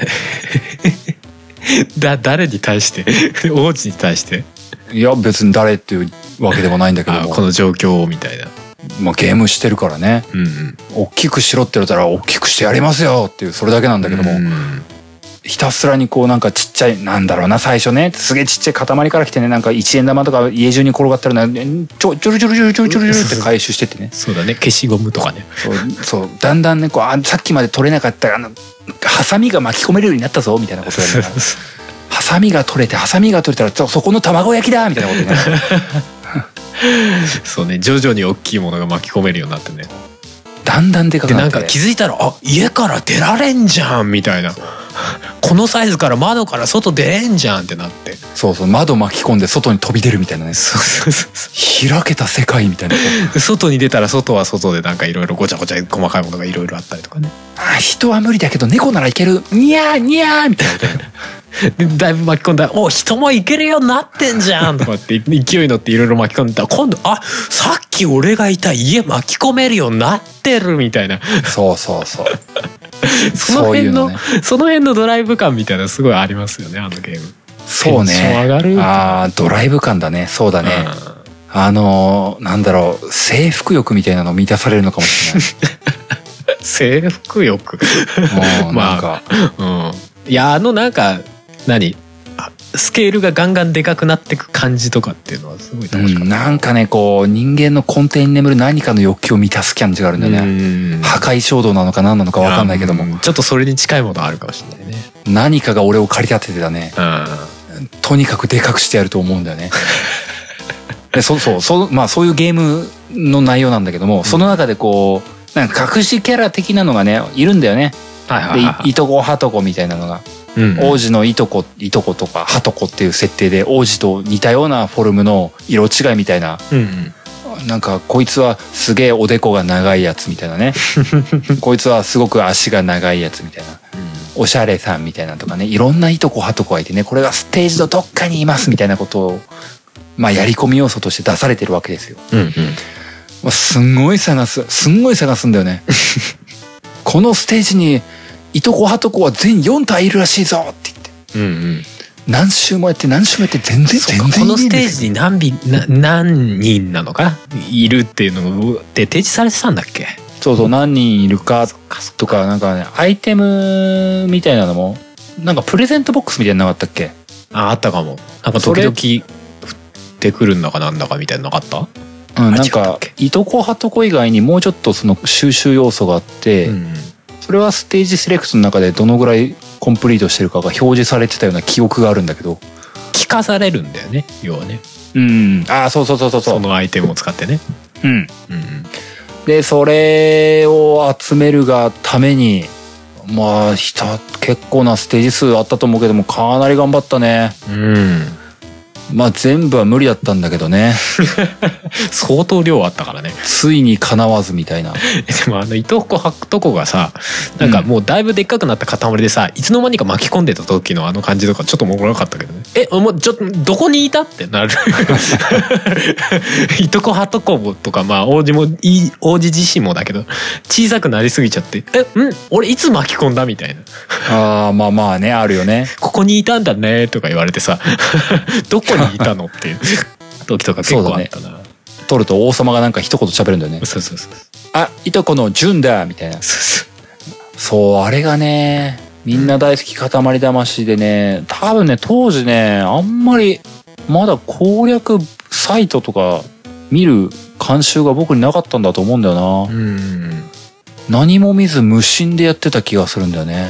誰に対して？王子に対して？ いや別に誰っていうわけでもないんだけども、 この状況みたいな。 まあゲームしてるからね、大きくしろって言われたら大きくしてやりますよっていうそれだけなんだけども、ひたすらにこうなんかちっちゃい、なんだろうな、最初ねすげえちっちゃい塊から来てね、なんか1円玉とか家中に転がってるのちょちょろちょろちょろちょろちょろって回収してってね。 そうだね、消しゴムとかね。 そうだんだんねこうさっきまで取れなかったハサミが巻き込めるようになったぞみたいなことやるから。ハサミが取れてハサミが取れたらそこの卵焼きだみたいなことになる。 そうね、徐々に大きいものが巻き込めるようになってね。 だんだんでかくなって、 でなんか気づいたら、あ、家から出られんじゃんみたいな、このサイズから窓から外出れんじゃんってなって、 そうそう、窓巻き込んで外に飛び出るみたいなね。 そうそうそう、 開けた世界みたいな。 外に出たら外は外でなんかいろいろごちゃごちゃ細かいものがいろいろあったりとかね。 あ、人は無理だけど猫ならいける、ニャーニャーみたいな。 でだいぶ巻き込んだら、お、人もいけるようになってんじゃんとかって勢い乗っていろいろ巻き込んだら、今度、あ、さっき俺がいた家巻き込めるようになってるみたいな。 そうそうそう。 その辺の、ね、その辺のドライブ感みたいなすごいありますよね、あのゲーム。 そうね。 テンション上がる。 ああ、ドライブ感だね。そうだね。なんだろう、征服欲みたいなの満たされるのかもしれない。 征服欲。 なんか、 うん。いや、なんかスケールがガンガンでかくなっていく感じとかっていうのはすごい楽しかった、 なんかね、こう人間の根底に眠る何かの欲求を満たす感じがあるんだよね。破壊衝動なのか何なのか分かんないけども、 ちょっとそれに近いものあるかもしれないね。 何かが俺を駆り立ててたね。とにかくでかくしてやると思うんだよね。でまあそういうゲームの内容なんだけども、その中でこうなんか隠しキャラ的なのがねいるんだよね。でいとこはとこみたいなのが、王子のいとことかはとこっていう設定で王子と似たようなフォルムの色違いみたいな、なんかこいつはすげえおでこが長いやつみたいなね。こいつはすごく足が長いやつみたいな、おしゃれさんみたいなとかね、いろんないとこはとこがいてね、これがステージのどっかにいますみたいなことをまあやり込み要素として出されてるわけですよ。すんごい探すんだよね。このステージにいとこはとこは全4体いるらしいぞって言って、何周もやって全然このステージに何人なのかいるっていうので提示されてたんだっけ。 そう何人いるかとか、なんかねアイテムみたいなのもなんかプレゼントボックスみたいなのなかったっけ。 あったかも。なんか時々降ってくるんだかなんだかみたいなのなかった。 なんかいとこはとこ以外にもうちょっとその収集要素があって、それはステージセレクトの中でどのぐらいコンプリートしてるかが表示されてたような記憶があるんだけど、 聞かされるんだよね、要はね。 そうそのアイテムを使ってね。 でそれを集めるがためにまあ結構なステージ数あったと思うけども、かなり頑張ったね。まあ全部は無理だったんだけどね。 相当量あったからね。 ついにかなわずみたいな。でもいとこはとこがさ、なんかもうだいぶでっかくなった塊でさ、いつの間にか巻き込んでた時のあの感じとかちょっとおもろかったけどね。もうちょっとどこにいたってなる。いとこはとことか、まあ王子自身もだけど小さくなりすぎちゃって、俺いつ巻き込んだみたいな。 まあね、あるよね。 ここにいたんだねとか言われてさ、どこにいたのっていう時とか結構あったな。 取ると王様がなんか一言喋るんだよね。あ、いとこの純だみたいな。そう、あれがね、みんな大好き塊魂でね、多分ね当時ねあんまりまだ攻略サイトとか見る慣習が僕になかったんだと思うんだよな。何も見ず無心でやってた気がするんだよね。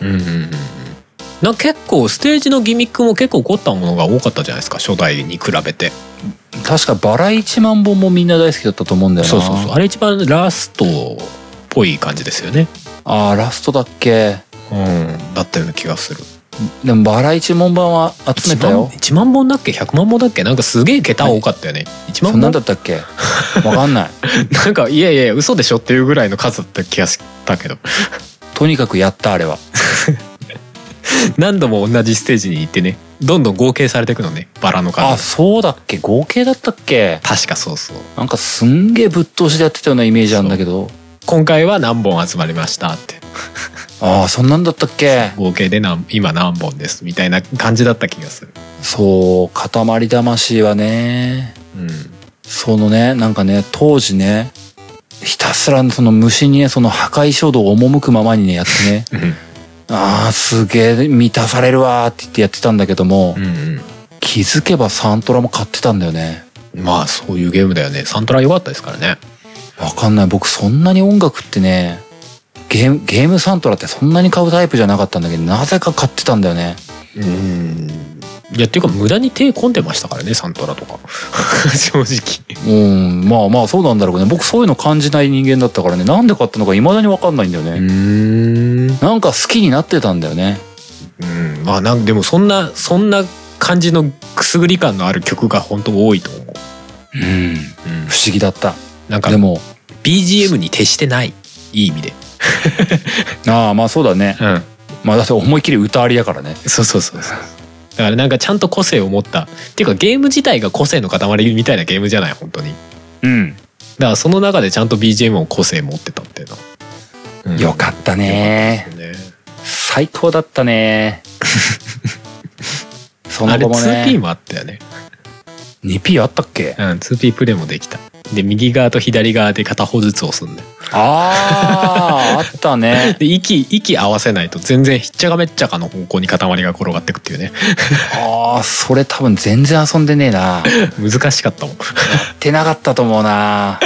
結構ステージのギミックも結構凝ったものが多かったじゃないですか、初代に比べて。 確かバラ1万本もみんな大好きだったと思うんだよな。 そうあれ一番ラストっぽい感じですよね。 ラストだっけ。 だったような気がする。 でもバラ1万本は集めたよ。 1万本だっけ100万本だっけ、なんかすげえ桁多かったよね。1万本そんなんだったっけ。わかんない。 なんかいや嘘でしょっていうぐらいの数だった気がしたけど。 とにかくやったあれは。 何度も同じステージに行ってね、どんどん合計されていくのね、バラの数。 そうだっけ、合計だったっけ。 確かそうなんかすんげえぶっ通しでやってたようなイメージあるんだけど、 今回は何本集まりましたって。 そんなんだったっけ。 合計で今何本ですみたいな感じだった気がする。 そう、塊魂はね、そのね、なんかね当時ね、ひたすらその虫にね、その破壊衝動を赴くままにねやってねすげえ満たされるわって言ってやってたんだけども、気づけばサントラも買ってたんだよね。 まあそういうゲームだよね。サントラ良かったですからね。 わかんない、僕そんなに音楽ってね、ゲームサントラってそんなに買うタイプじゃなかったんだけど、なぜか買ってたんだよね。 いやっていうか無駄に手込んでましたからね、サントラとか正直。 まあまあそうなんだろうね。僕そういうの感じない人間だったからね、なんで買ったのか未だに分かんないんだよね。なんか好きになってたんだよね。 まあでもそんな感じのくすぐり感のある曲が本当多いと思う。 不思議だった。 なんかでも BGM に徹してない、いい意味でああまあそうだね。まあだって思いっきり歌ありだからね。 そうだからなんかちゃんと個性を持ったっていうか、ゲーム自体が個性の塊みたいなゲームじゃない本当に。だからその中でちゃんと BGM も個性持ってたっていうの、 よかったね。最高だったねその後もね、 あれ 2P もあったよね。 2P あったっけ ？2P プレイもできた。で右側と左側で片方ずつ押すんだよ。 あったねで息合わせないと全然ひっちゃかめっちゃかの方向に塊が転がってくっていうねそれ多分全然遊んでねえな難しかったもん。やってなかったと思うな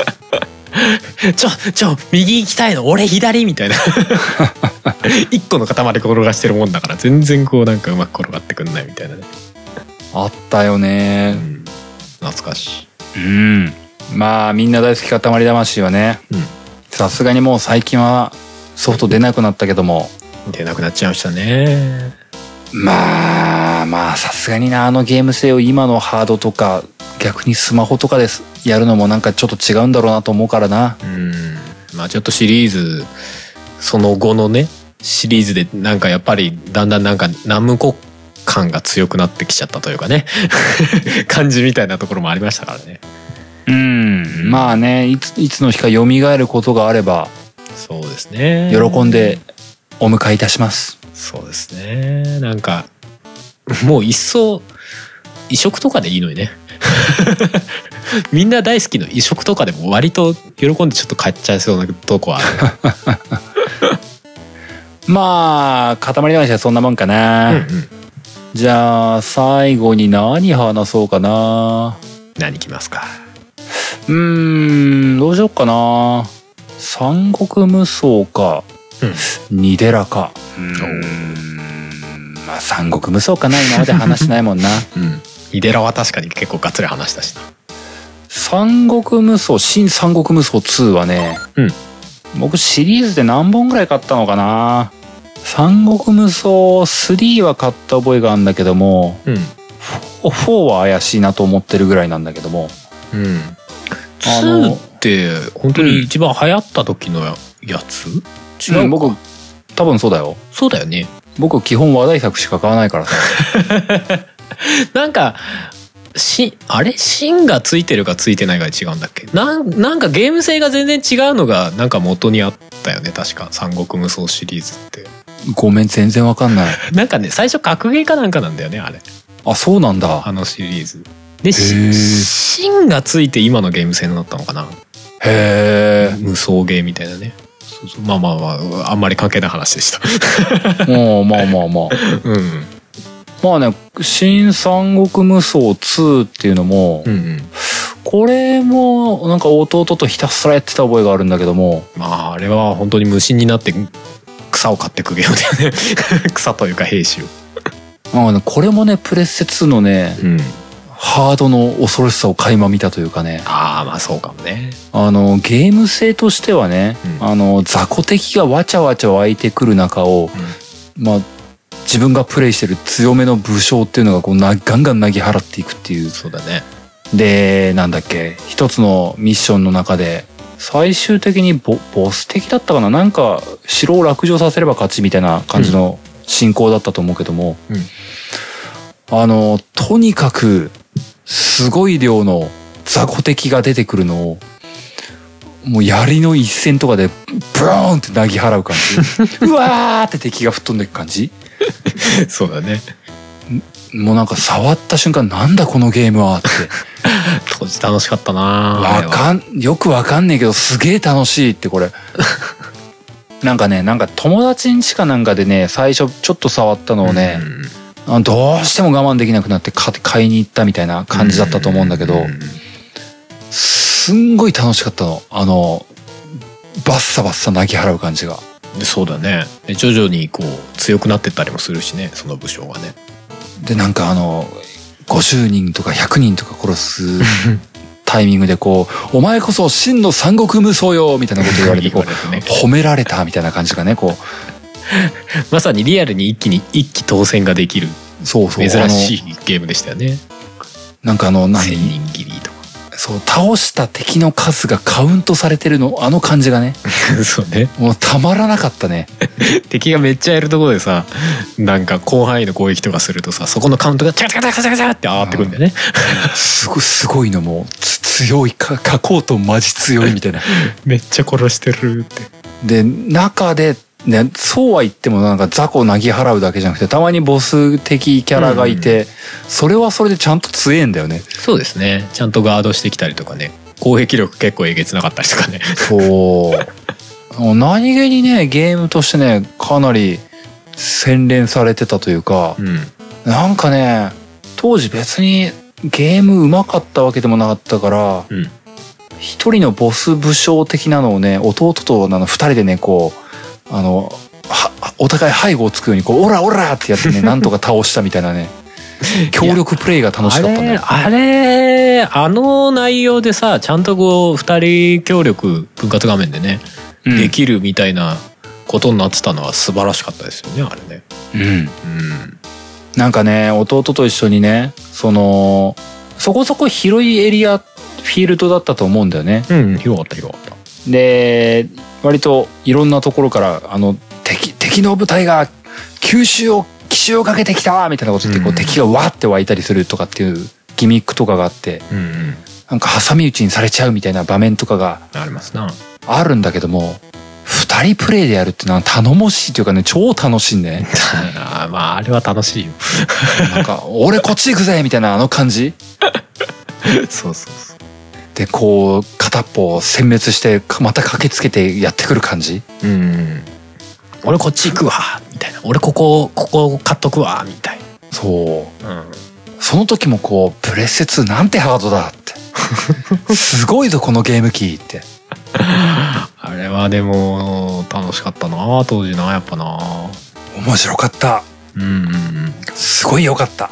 右行きたいの俺左みたいな一個の塊転がしてるもんだから全然こうなんかうまく転がってくんないみたいなね。 あったよね、 懐かしい。 まあみんな大好き塊魂はね、さすがにもう最近はソフト出なくなったけども。 出なくなっちゃいましたね。 まあさすがにな、あのゲーム性を今のハードとか逆にスマホとかでやるのもなんかちょっと違うんだろうなと思うからな。 まあちょっとシリーズその後のねシリーズでなんかやっぱりだんだんなんかナムコ感が強くなってきちゃったというかね感じみたいなところもありましたからね。 まあね、いつの日か蘇ることがあれば、 そうですね、 喜んでお迎えいたします。 そうですね。なんかもう一層移植とかでいいのにねみんな大好きの移植とかでも割と喜んでちょっと買っちゃいそうなとこはあるまあ塊話はそんなもんかな。じゃあ最後に何話そうかな。 何きますか。 どうしよっかな。三国無双か、ニデラか。まあ三国無双かな。今まで話しないもんな。 ニデラは確かに結構がっつり話したしな。 三国無双、新三国無双2はね、僕シリーズで何本ぐらい買ったのかな。三国無双3は買った覚えがあるんだけども、4は怪しいなと思ってるぐらいなんだけども、 2って本当に一番流行った時のやつ？違う？ 僕多分そうだよ。 そうだよね。 僕基本話題作しか買わないからさなんかあれ芯がついてるかついてないかで違うんだっけ。なんかゲーム性が全然違うのがなんか元にあったよね確か、三国無双シリーズって。 ごめん全然わかんないなんかね最初格ゲーかなんかなんだよねあれ。 あ、そうなんだ。 あのシリーズで芯がついて今のゲーム性になったのかな。 へえ。 無双ゲーみたいなね。そうまああんまり関係ない話でしたまあまあね、新三国無双2っていうのも、これもなんか弟とひたすらやってた覚えがあるんだけども、 あれは本当に無心になって草を買ってくゲームだよね草というか兵士を。 これもねプレステ2のね、ハードの恐ろしさを垣間見たというかね。 まあそうかもね。 ゲーム性としてはね、雑魚敵がわちゃわちゃ湧いてくる中を、まあ自分がプレイしてる強めの武将っていうのがこうガンガンなぎ払っていくっていう。 そうだね。 でなんだっけ、一つのミッションの中で最終的にボス敵だったかな、なんか城を落城させれば勝ちみたいな感じの進行だったと思うけども、とにかくすごい量の雑魚敵が出てくるのをもう槍の一戦とかでブーンってなぎ払う感じうわーって敵が吹っ飛んでいく感じそうだね。 もうなんか触った瞬間なんだこのゲームはって当時楽しかったな。 よくわかんねえけどすげえ楽しいってこれなんか友達ん家かなんかでね最初ちょっと触ったのをね、どうしても我慢できなくなって買いに行ったみたいな感じだったと思うんだけど、すんごい楽しかったの。バッサバッサなぎ払う感じが。 そうだね。徐々にこう強くなってったりもするしね、その武将がね。 でなんか50人とか100人とか殺すタイミングでこうお前こそ真の三国無双よみたいなこと言われてこう褒められたみたいな感じがねこうまさにリアルに一気当選ができる珍しいゲームでしたよね。 なんか 1000人切りとかそう倒した敵の数がカウントされてるの感じがねそうねもうたまらなかったね敵がめっちゃやるところでさなんか広範囲の攻撃とかするとさそこのカウントがチャカチャカチャカチャカチャって上がってくるんだよねすごいのも強い書こうとマジ強いみたいなめっちゃ殺してるってで中でね、そうは言ってもなんか雑魚なぎ払うだけじゃなくてたまにボス的キャラがいて、それはそれでちゃんと強えんだよね。 そうですねちゃんとガードしてきたりとかね攻撃力結構えげつなかったりとかねそう何気にねゲームとしてねかなり洗練されてたというか、なんかね当時別にゲーム上手かったわけでもなかったから、一人のボス武将的なのをね弟と2人でねこうお互い背後をつくようにこうオラオラってやってねなんとか倒したみたいなね協力プレイが楽しかったんだよ。 あの内容でさちゃんとこう2人協力分割画面でね、できるみたいなことになってたのは素晴らしかったですよねあれね。 なんかね弟と一緒にねそこそこ広いエリアフィールドだったと思うんだよね。 広かった。 で割といろんなところから敵の部隊が奇襲をかけてきたみたいなことってこう敵がわって湧いたりするとかっていうギミックとかがあって、なんか挟み撃ちにされちゃうみたいな場面とかがありますな。 あるんだけども2人プレイでやるってのは頼もしいというかね超楽しいねまああれは楽しいよなんか俺こっち行くぜみたいな感じそうでこう片っぽを殲滅してまた駆けつけてやってくる感じ。 俺こっち行くわみたいな俺ここ買っとくわみたいな。 そう、その時もこうプレステ2なんてハードだってすごいぞこのゲーム機ってあれはでも楽しかったな当時なやっぱな面白かった。すごい良かった。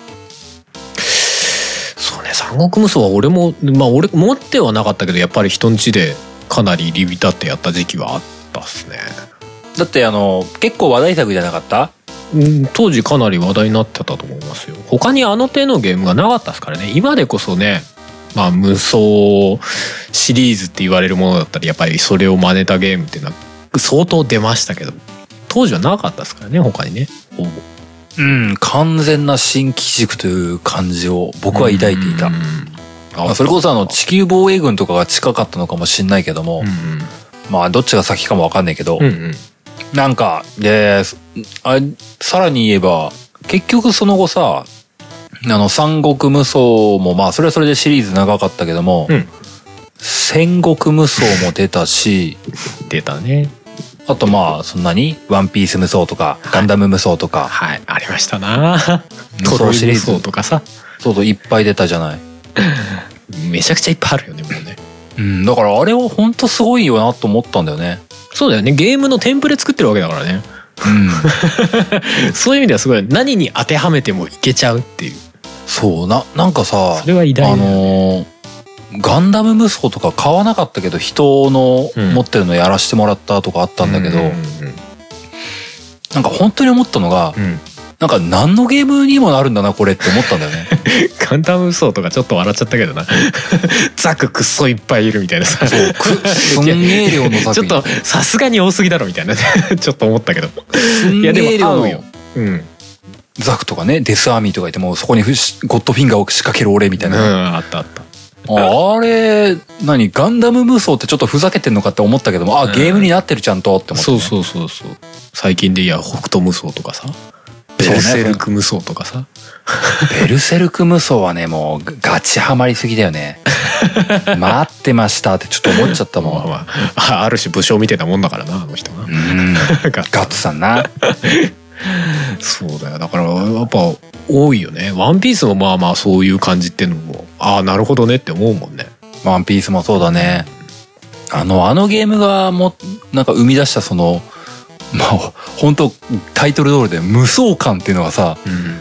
そうね三国無双は俺も俺持ってはなかったけどやっぱり人ん家でかなり入り浸ってやった時期はあったっすね。 だって結構話題作じゃなかった？ 当時かなり話題になってたと思いますよ。他に手のゲームがなかったですからね。今でこそね無双シリーズって言われるものだったりやっぱりそれを真似たゲームっていうのは相当出ましたけど当時はなかったですからね他にねほぼ。 完全な新機軸という感じを僕は抱いていた。それこそ地球防衛軍とかが近かったのかもしんないけども、どっちが先かも分かんないけど、なんかでさらに言えば結局その後さ三国無双もそれはそれでシリーズ長かったけども、戦国無双も出たし出たね。 あとそんなにワンピース無双とかガンダム無双とかありましたな無双シリーズ無双とかさそういっぱい出たじゃないめちゃくちゃいっぱいあるよねもうね。 だからあれは本当すごいよなと思ったんだよね。そうだよねゲームのテンプレ作ってるわけだからね。そういう意味ではすごい何に当てはめてもいけちゃうっていう。 そうなんかさそれは偉大だよね。 ガンダム無双とか買わなかったけど人の持ってるのやらしてもらったとかあったんだけど、なんか本当に思ったのが、なんか何のゲームにもなるんだなこれって思ったんだよねガンダム無双とかちょっと笑っちゃったけどなザクくっそいっぱいいるみたいなさすんげえ量のザクちょっとさすがに多すぎだろみたいなちょっと思ったけどすんげえ量のザクとかねデスアーミーとかいてもそこにゴッドフィンガーを仕掛ける俺みたいな、 あったあれガンダム無双ってちょっとふざけてんのかって思ったけどもゲームになってるちゃんとって思って、ね、 そう最近で北斗無双とかさベルセルク無双とかさベルセルク無双はねもうガチハマりすぎだよね待ってましたってちょっと思っちゃったもんある種武将みたいなもんだからなあの人がガッツさんなそうだよだからやっぱ多いよね。ワンピースもそういう感じっていうのもなるほどねって思うもんね。 ワンピースもそうだね。あのゲームがなんか生み出した本当タイトル通りで無双感っていうのがさ、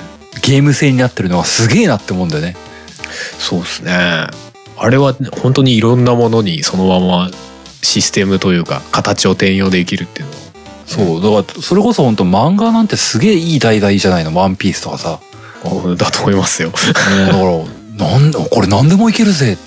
ゲーム性になってるのがすげえなって思うんだよね。 そうですね。あれは本当にいろんなものにそのままシステムというか形を転用できるっていうのは。 そうだからそれこそ本当漫画なんてすげえいい題材じゃないの、ワンピースとかさ。 だと思いますよ。 だからこれ何でもいけるぜって。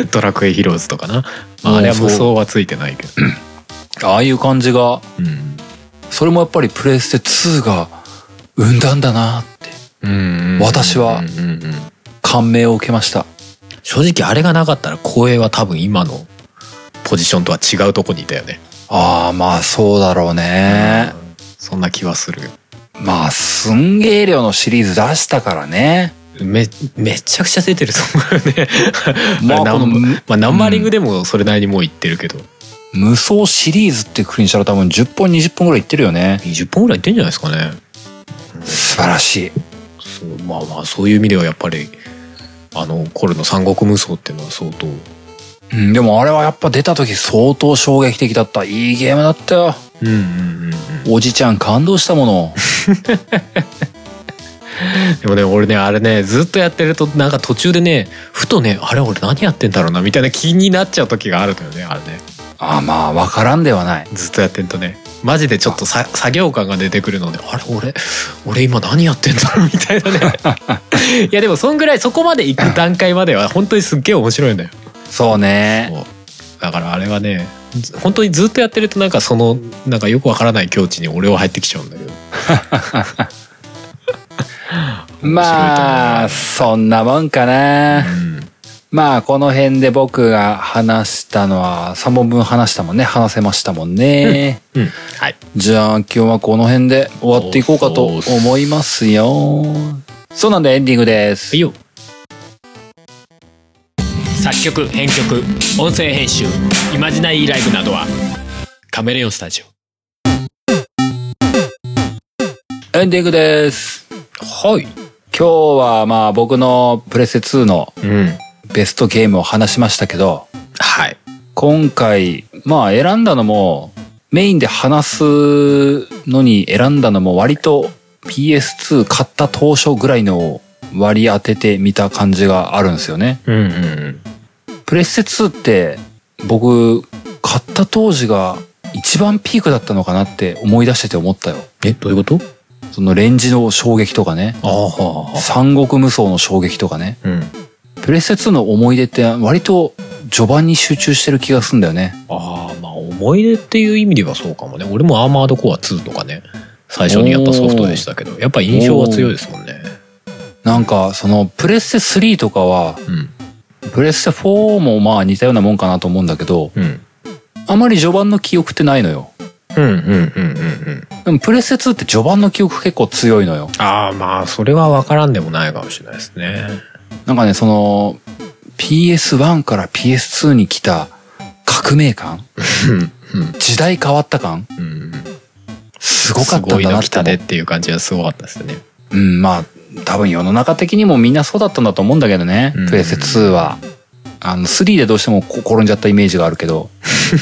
ドラクエヒローズとかな。あれは無双はついてないけど。ああいう感じが、それもやっぱりプレステ2が生んだんだなって。私は感銘を受けました。 正直あれがなかったら光栄は多分今のポジションとは違うとこにいたよね。 ああ、まあそうだろうね。 そんな気はする。 まあすんげー量のシリーズ出したからね。 めちゃくちゃ出てると思うよね。まあナンバリングでもそれなりにもういってるけど、 無双シリーズってくくりにしたら多分10本20本ぐらいいってるよね。 20本ぐらいいってんじゃないですかね。 素晴らしい。 そう、まあそういう意味ではやっぱりあの頃の三国無双っていうのは相当、 でもあれはやっぱ出た時相当衝撃的だった。いいゲームだったよ。おじちゃん感動したもの。 でもね、俺ね、あれね、ずっとやってるとなんか途中でね、ふとね、あれ俺何やってんだろうなみたいな気になっちゃう時があるのよね、あれね。 ああ、まあ分からんではない。 ずっとやってんとね、マジでちょっと作業感が出てくるので、あれ俺今何やってんだろうみたいなね。いやでもそんぐらい、そこまで行く段階までは本当にすっげえ面白いんだよ。 そうね。 そうだからあれはね、本当にずっとやってるとなんかそのなんかよくわからない境地に俺は入ってきちゃうんだけど。 まあそんなもんかな。まあこの辺で僕が話したのは3本分話したもんね。話せましたもんね。 はい。 じゃあ今日はこの辺で終わっていこうかと思いますよ。そうなんでエンディングです。 いいよ。作曲編曲音声編集イマジナリーライブなどはカメレオンスタジオ。エンディングです。 はい。 今日はまあ僕のプレステ2のベストゲームを話しましたけど、 はい。 今回まあ選んだのもメインで話すのに選んだのも割と PS2 買った当初ぐらいの割り当ててみた感じがあるんですよね。プレステ2って僕買った当時が一番ピークだったのかなって思い出してて思ったよ。 どういうこと？ そのレンジの衝撃とかね、三国無双の衝撃とかね、プレステ2の思い出って割と序盤に集中してる気がするんだよね。 まあ思い出っていう意味ではそうかもね。俺もアーマードコア2とかね、最初にやったソフトでしたけど、やっぱ印象は強いですもんね。 なんかそのプレステ3とかは、プレステ4もまあ似たようなもんかなと思うんだけど、あまり序盤の記憶ってないのよ。でもプレステ2って序盤の記憶結構強いのよ。 まあそれは分からんでもないかもしれないですね。 なんかね、その PS1 から PS2 に来た革命感時代変わった感、すごかったんだなって。すごいの来たでっていう感じはすごかったですね。まあ多分世の中的にもみんなそうだったんだと思うんだけどね、プレステ2は。3でどうしても転んじゃったイメージがあるけど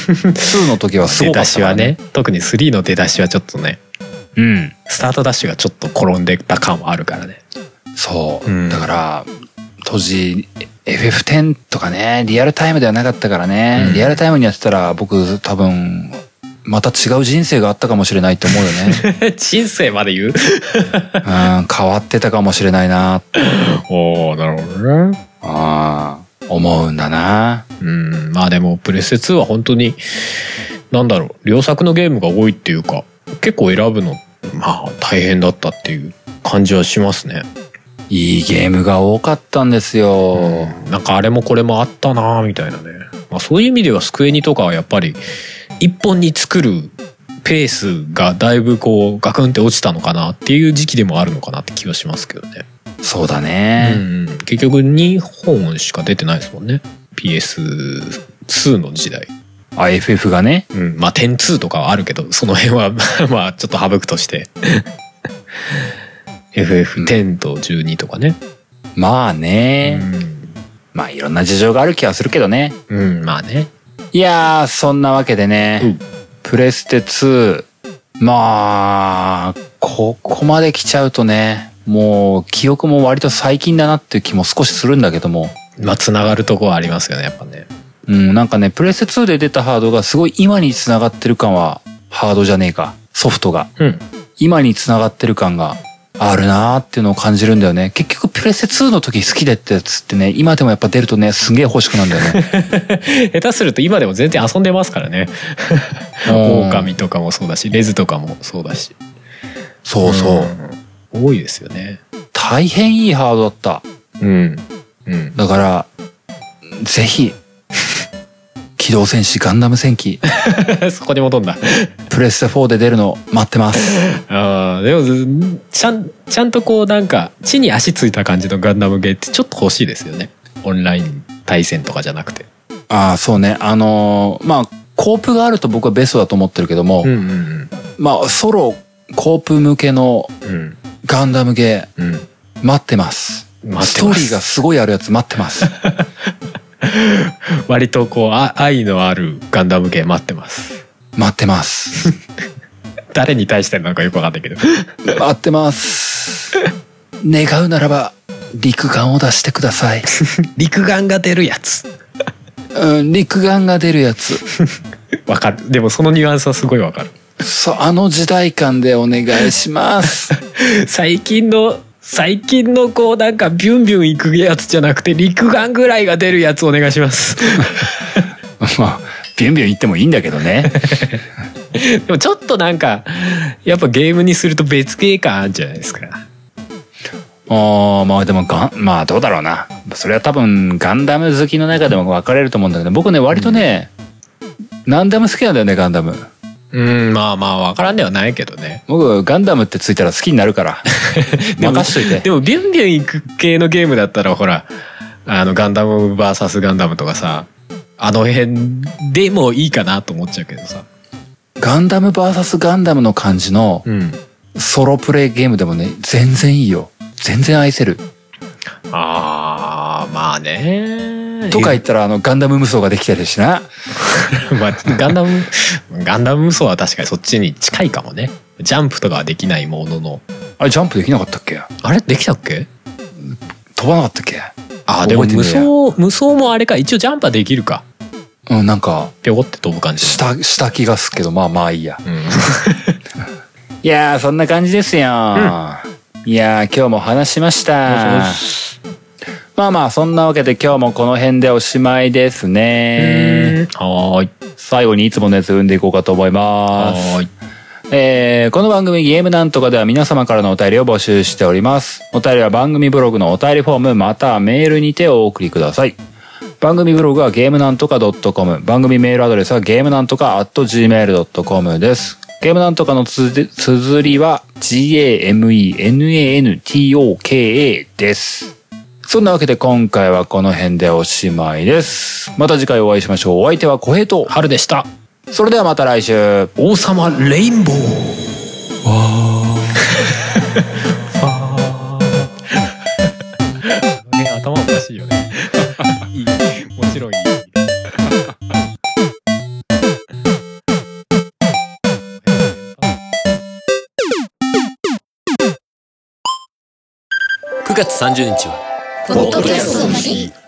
2の時はすごかったからね。 出だしはね、特に3の出だしはちょっとね、スタートダッシュがちょっと転んでた感はあるからね。 そう、だから当時 FF10 とかね、リアルタイムではなかったからね、リアルタイムにやってたら僕多分また違う人生があったかもしれないと思うよね。 人生まで言う？ 変わってたかもしれないな。 なるほどね。 思うんだな。 まあでもプレステ2は本当になんだろう、良作のゲームが多いっていうか、結構選ぶのまあ大変だったっていう感じはしますね。 いいゲームが多かったんですよ。 なんかあれもこれもあったなみたいなね。まあそういう意味ではスクエニとかはやっぱり一本に作るペースがだいぶこうガクンって落ちたのかなっていう時期でもあるのかなって気はしますけどね。 そうだね。 結局2本しか出てないですもんね。PS2 の時代。 FF がね。 まあ10-2とかはあるけど、その辺はまあちょっと省くとして。FF10 と12とかね。 まあね。まあいろんな事情がある気はするけどね。 まあね。 いやー、そんなわけでね、プレステ2、まあここまで来ちゃうとね、 もう記憶も割と最近だなっていう気も少しするんだけども、 まあつながるとこはありますよねやっぱね。 なんかねプレステ2で出たハードがすごい今につながってる感は、ハードじゃねえかソフトが、今につながってる感があるなーっていうのを感じるんだよね。結局プレステ2の時好きでってやつってね、今でもやっぱ出るとねすげえ欲しくなるんだよね。 下手すると今でも全然遊んでますからね。狼とかもそうだし、レズとかもそうだし。 そうそう、 多いですよね。 大変いいハードだった。だからぜひ機動戦士ガンダム戦記そこに戻んだ。 プレステ4で出るの待ってます。 ああ、でもちゃんとこうなんか地に足ついた感じのガンダムゲーってちょっと欲しいですよね。オンライン対戦とかじゃなくて。 ああそうね、まあコープがあると僕はベストだと思ってるけども、まあソロコープ向けのガンダムゲー、待ってます。ストーリーがすごいあるやつ待ってます。 割とこう愛のあるガンダムゲー待ってます。 待ってます。 誰に対してなのかよくわかんないけど。 待ってます。願うならば陸眼を出してください。 陸眼が出るやつ。 陸眼が出るやつ。 わかる。でもそのニュアンスはすごいわかる。 そう、あの時代感でお願いします。 最近のこうなんかビュンビュンいくやつじゃなくて陸眼ぐらいが出るやつお願いします。 まあビュンビュンいってもいいんだけどね。 でもちょっとなんかやっぱゲームにすると別系感あるじゃないですか。 まあでもまあどうだろうな。それは多分ガンダム好きの中でも分かれると思うんだけど、僕ね割とね、ガンダム好きなんだよねガンダム。 まあまあ分からんではないけどね。 僕ガンダムってついたら好きになるから任しといて。 でもビュンビュンいく系のゲームだったらほらガンダム VS ガンダムとかさ、あの辺でもいいかなと思っちゃうけどさ、 ガンダム VS ガンダムの感じのソロプレイゲームでもね全然いいよ。全然愛せる。 まあねとか言ったらガンダム無双ができてるしな。 まあガンダム無双は確かにそっちに近いかもね。ジャンプとかはできないものの。 あれジャンプできなかったっけ？ あれできたっけ？ 飛ばなかったっけ？ でも無双もあれか、一応ジャンプはできるか。 なんかぴょこって飛ぶ感じした気がするけど、まあいいや。いやーそんな感じですよ。いやー今日も話しました。まあそんなわけで今日もこの辺でおしまいですね。 はい。 最後にいつものやつ読んでいこうかと思います。この番組ゲームなんとかでは皆様からのお便りを募集しております。お便りは番組ブログのお便りフォームまたはメールにてお送りください。番組ブログはゲームなんとか .com、 番組メールアドレスはゲームなんとか @gmail.com です。ゲームなんとかの綴りは GAMENANTOKA です。そんなわけで今回はこの辺でおしまいです。また次回お会いしましょう。お相手は小平と春でした。 それではまた来週。 王様レインボー。頭おかしいよね。いい、もちろんいい。9月30日はポッドキャストの日。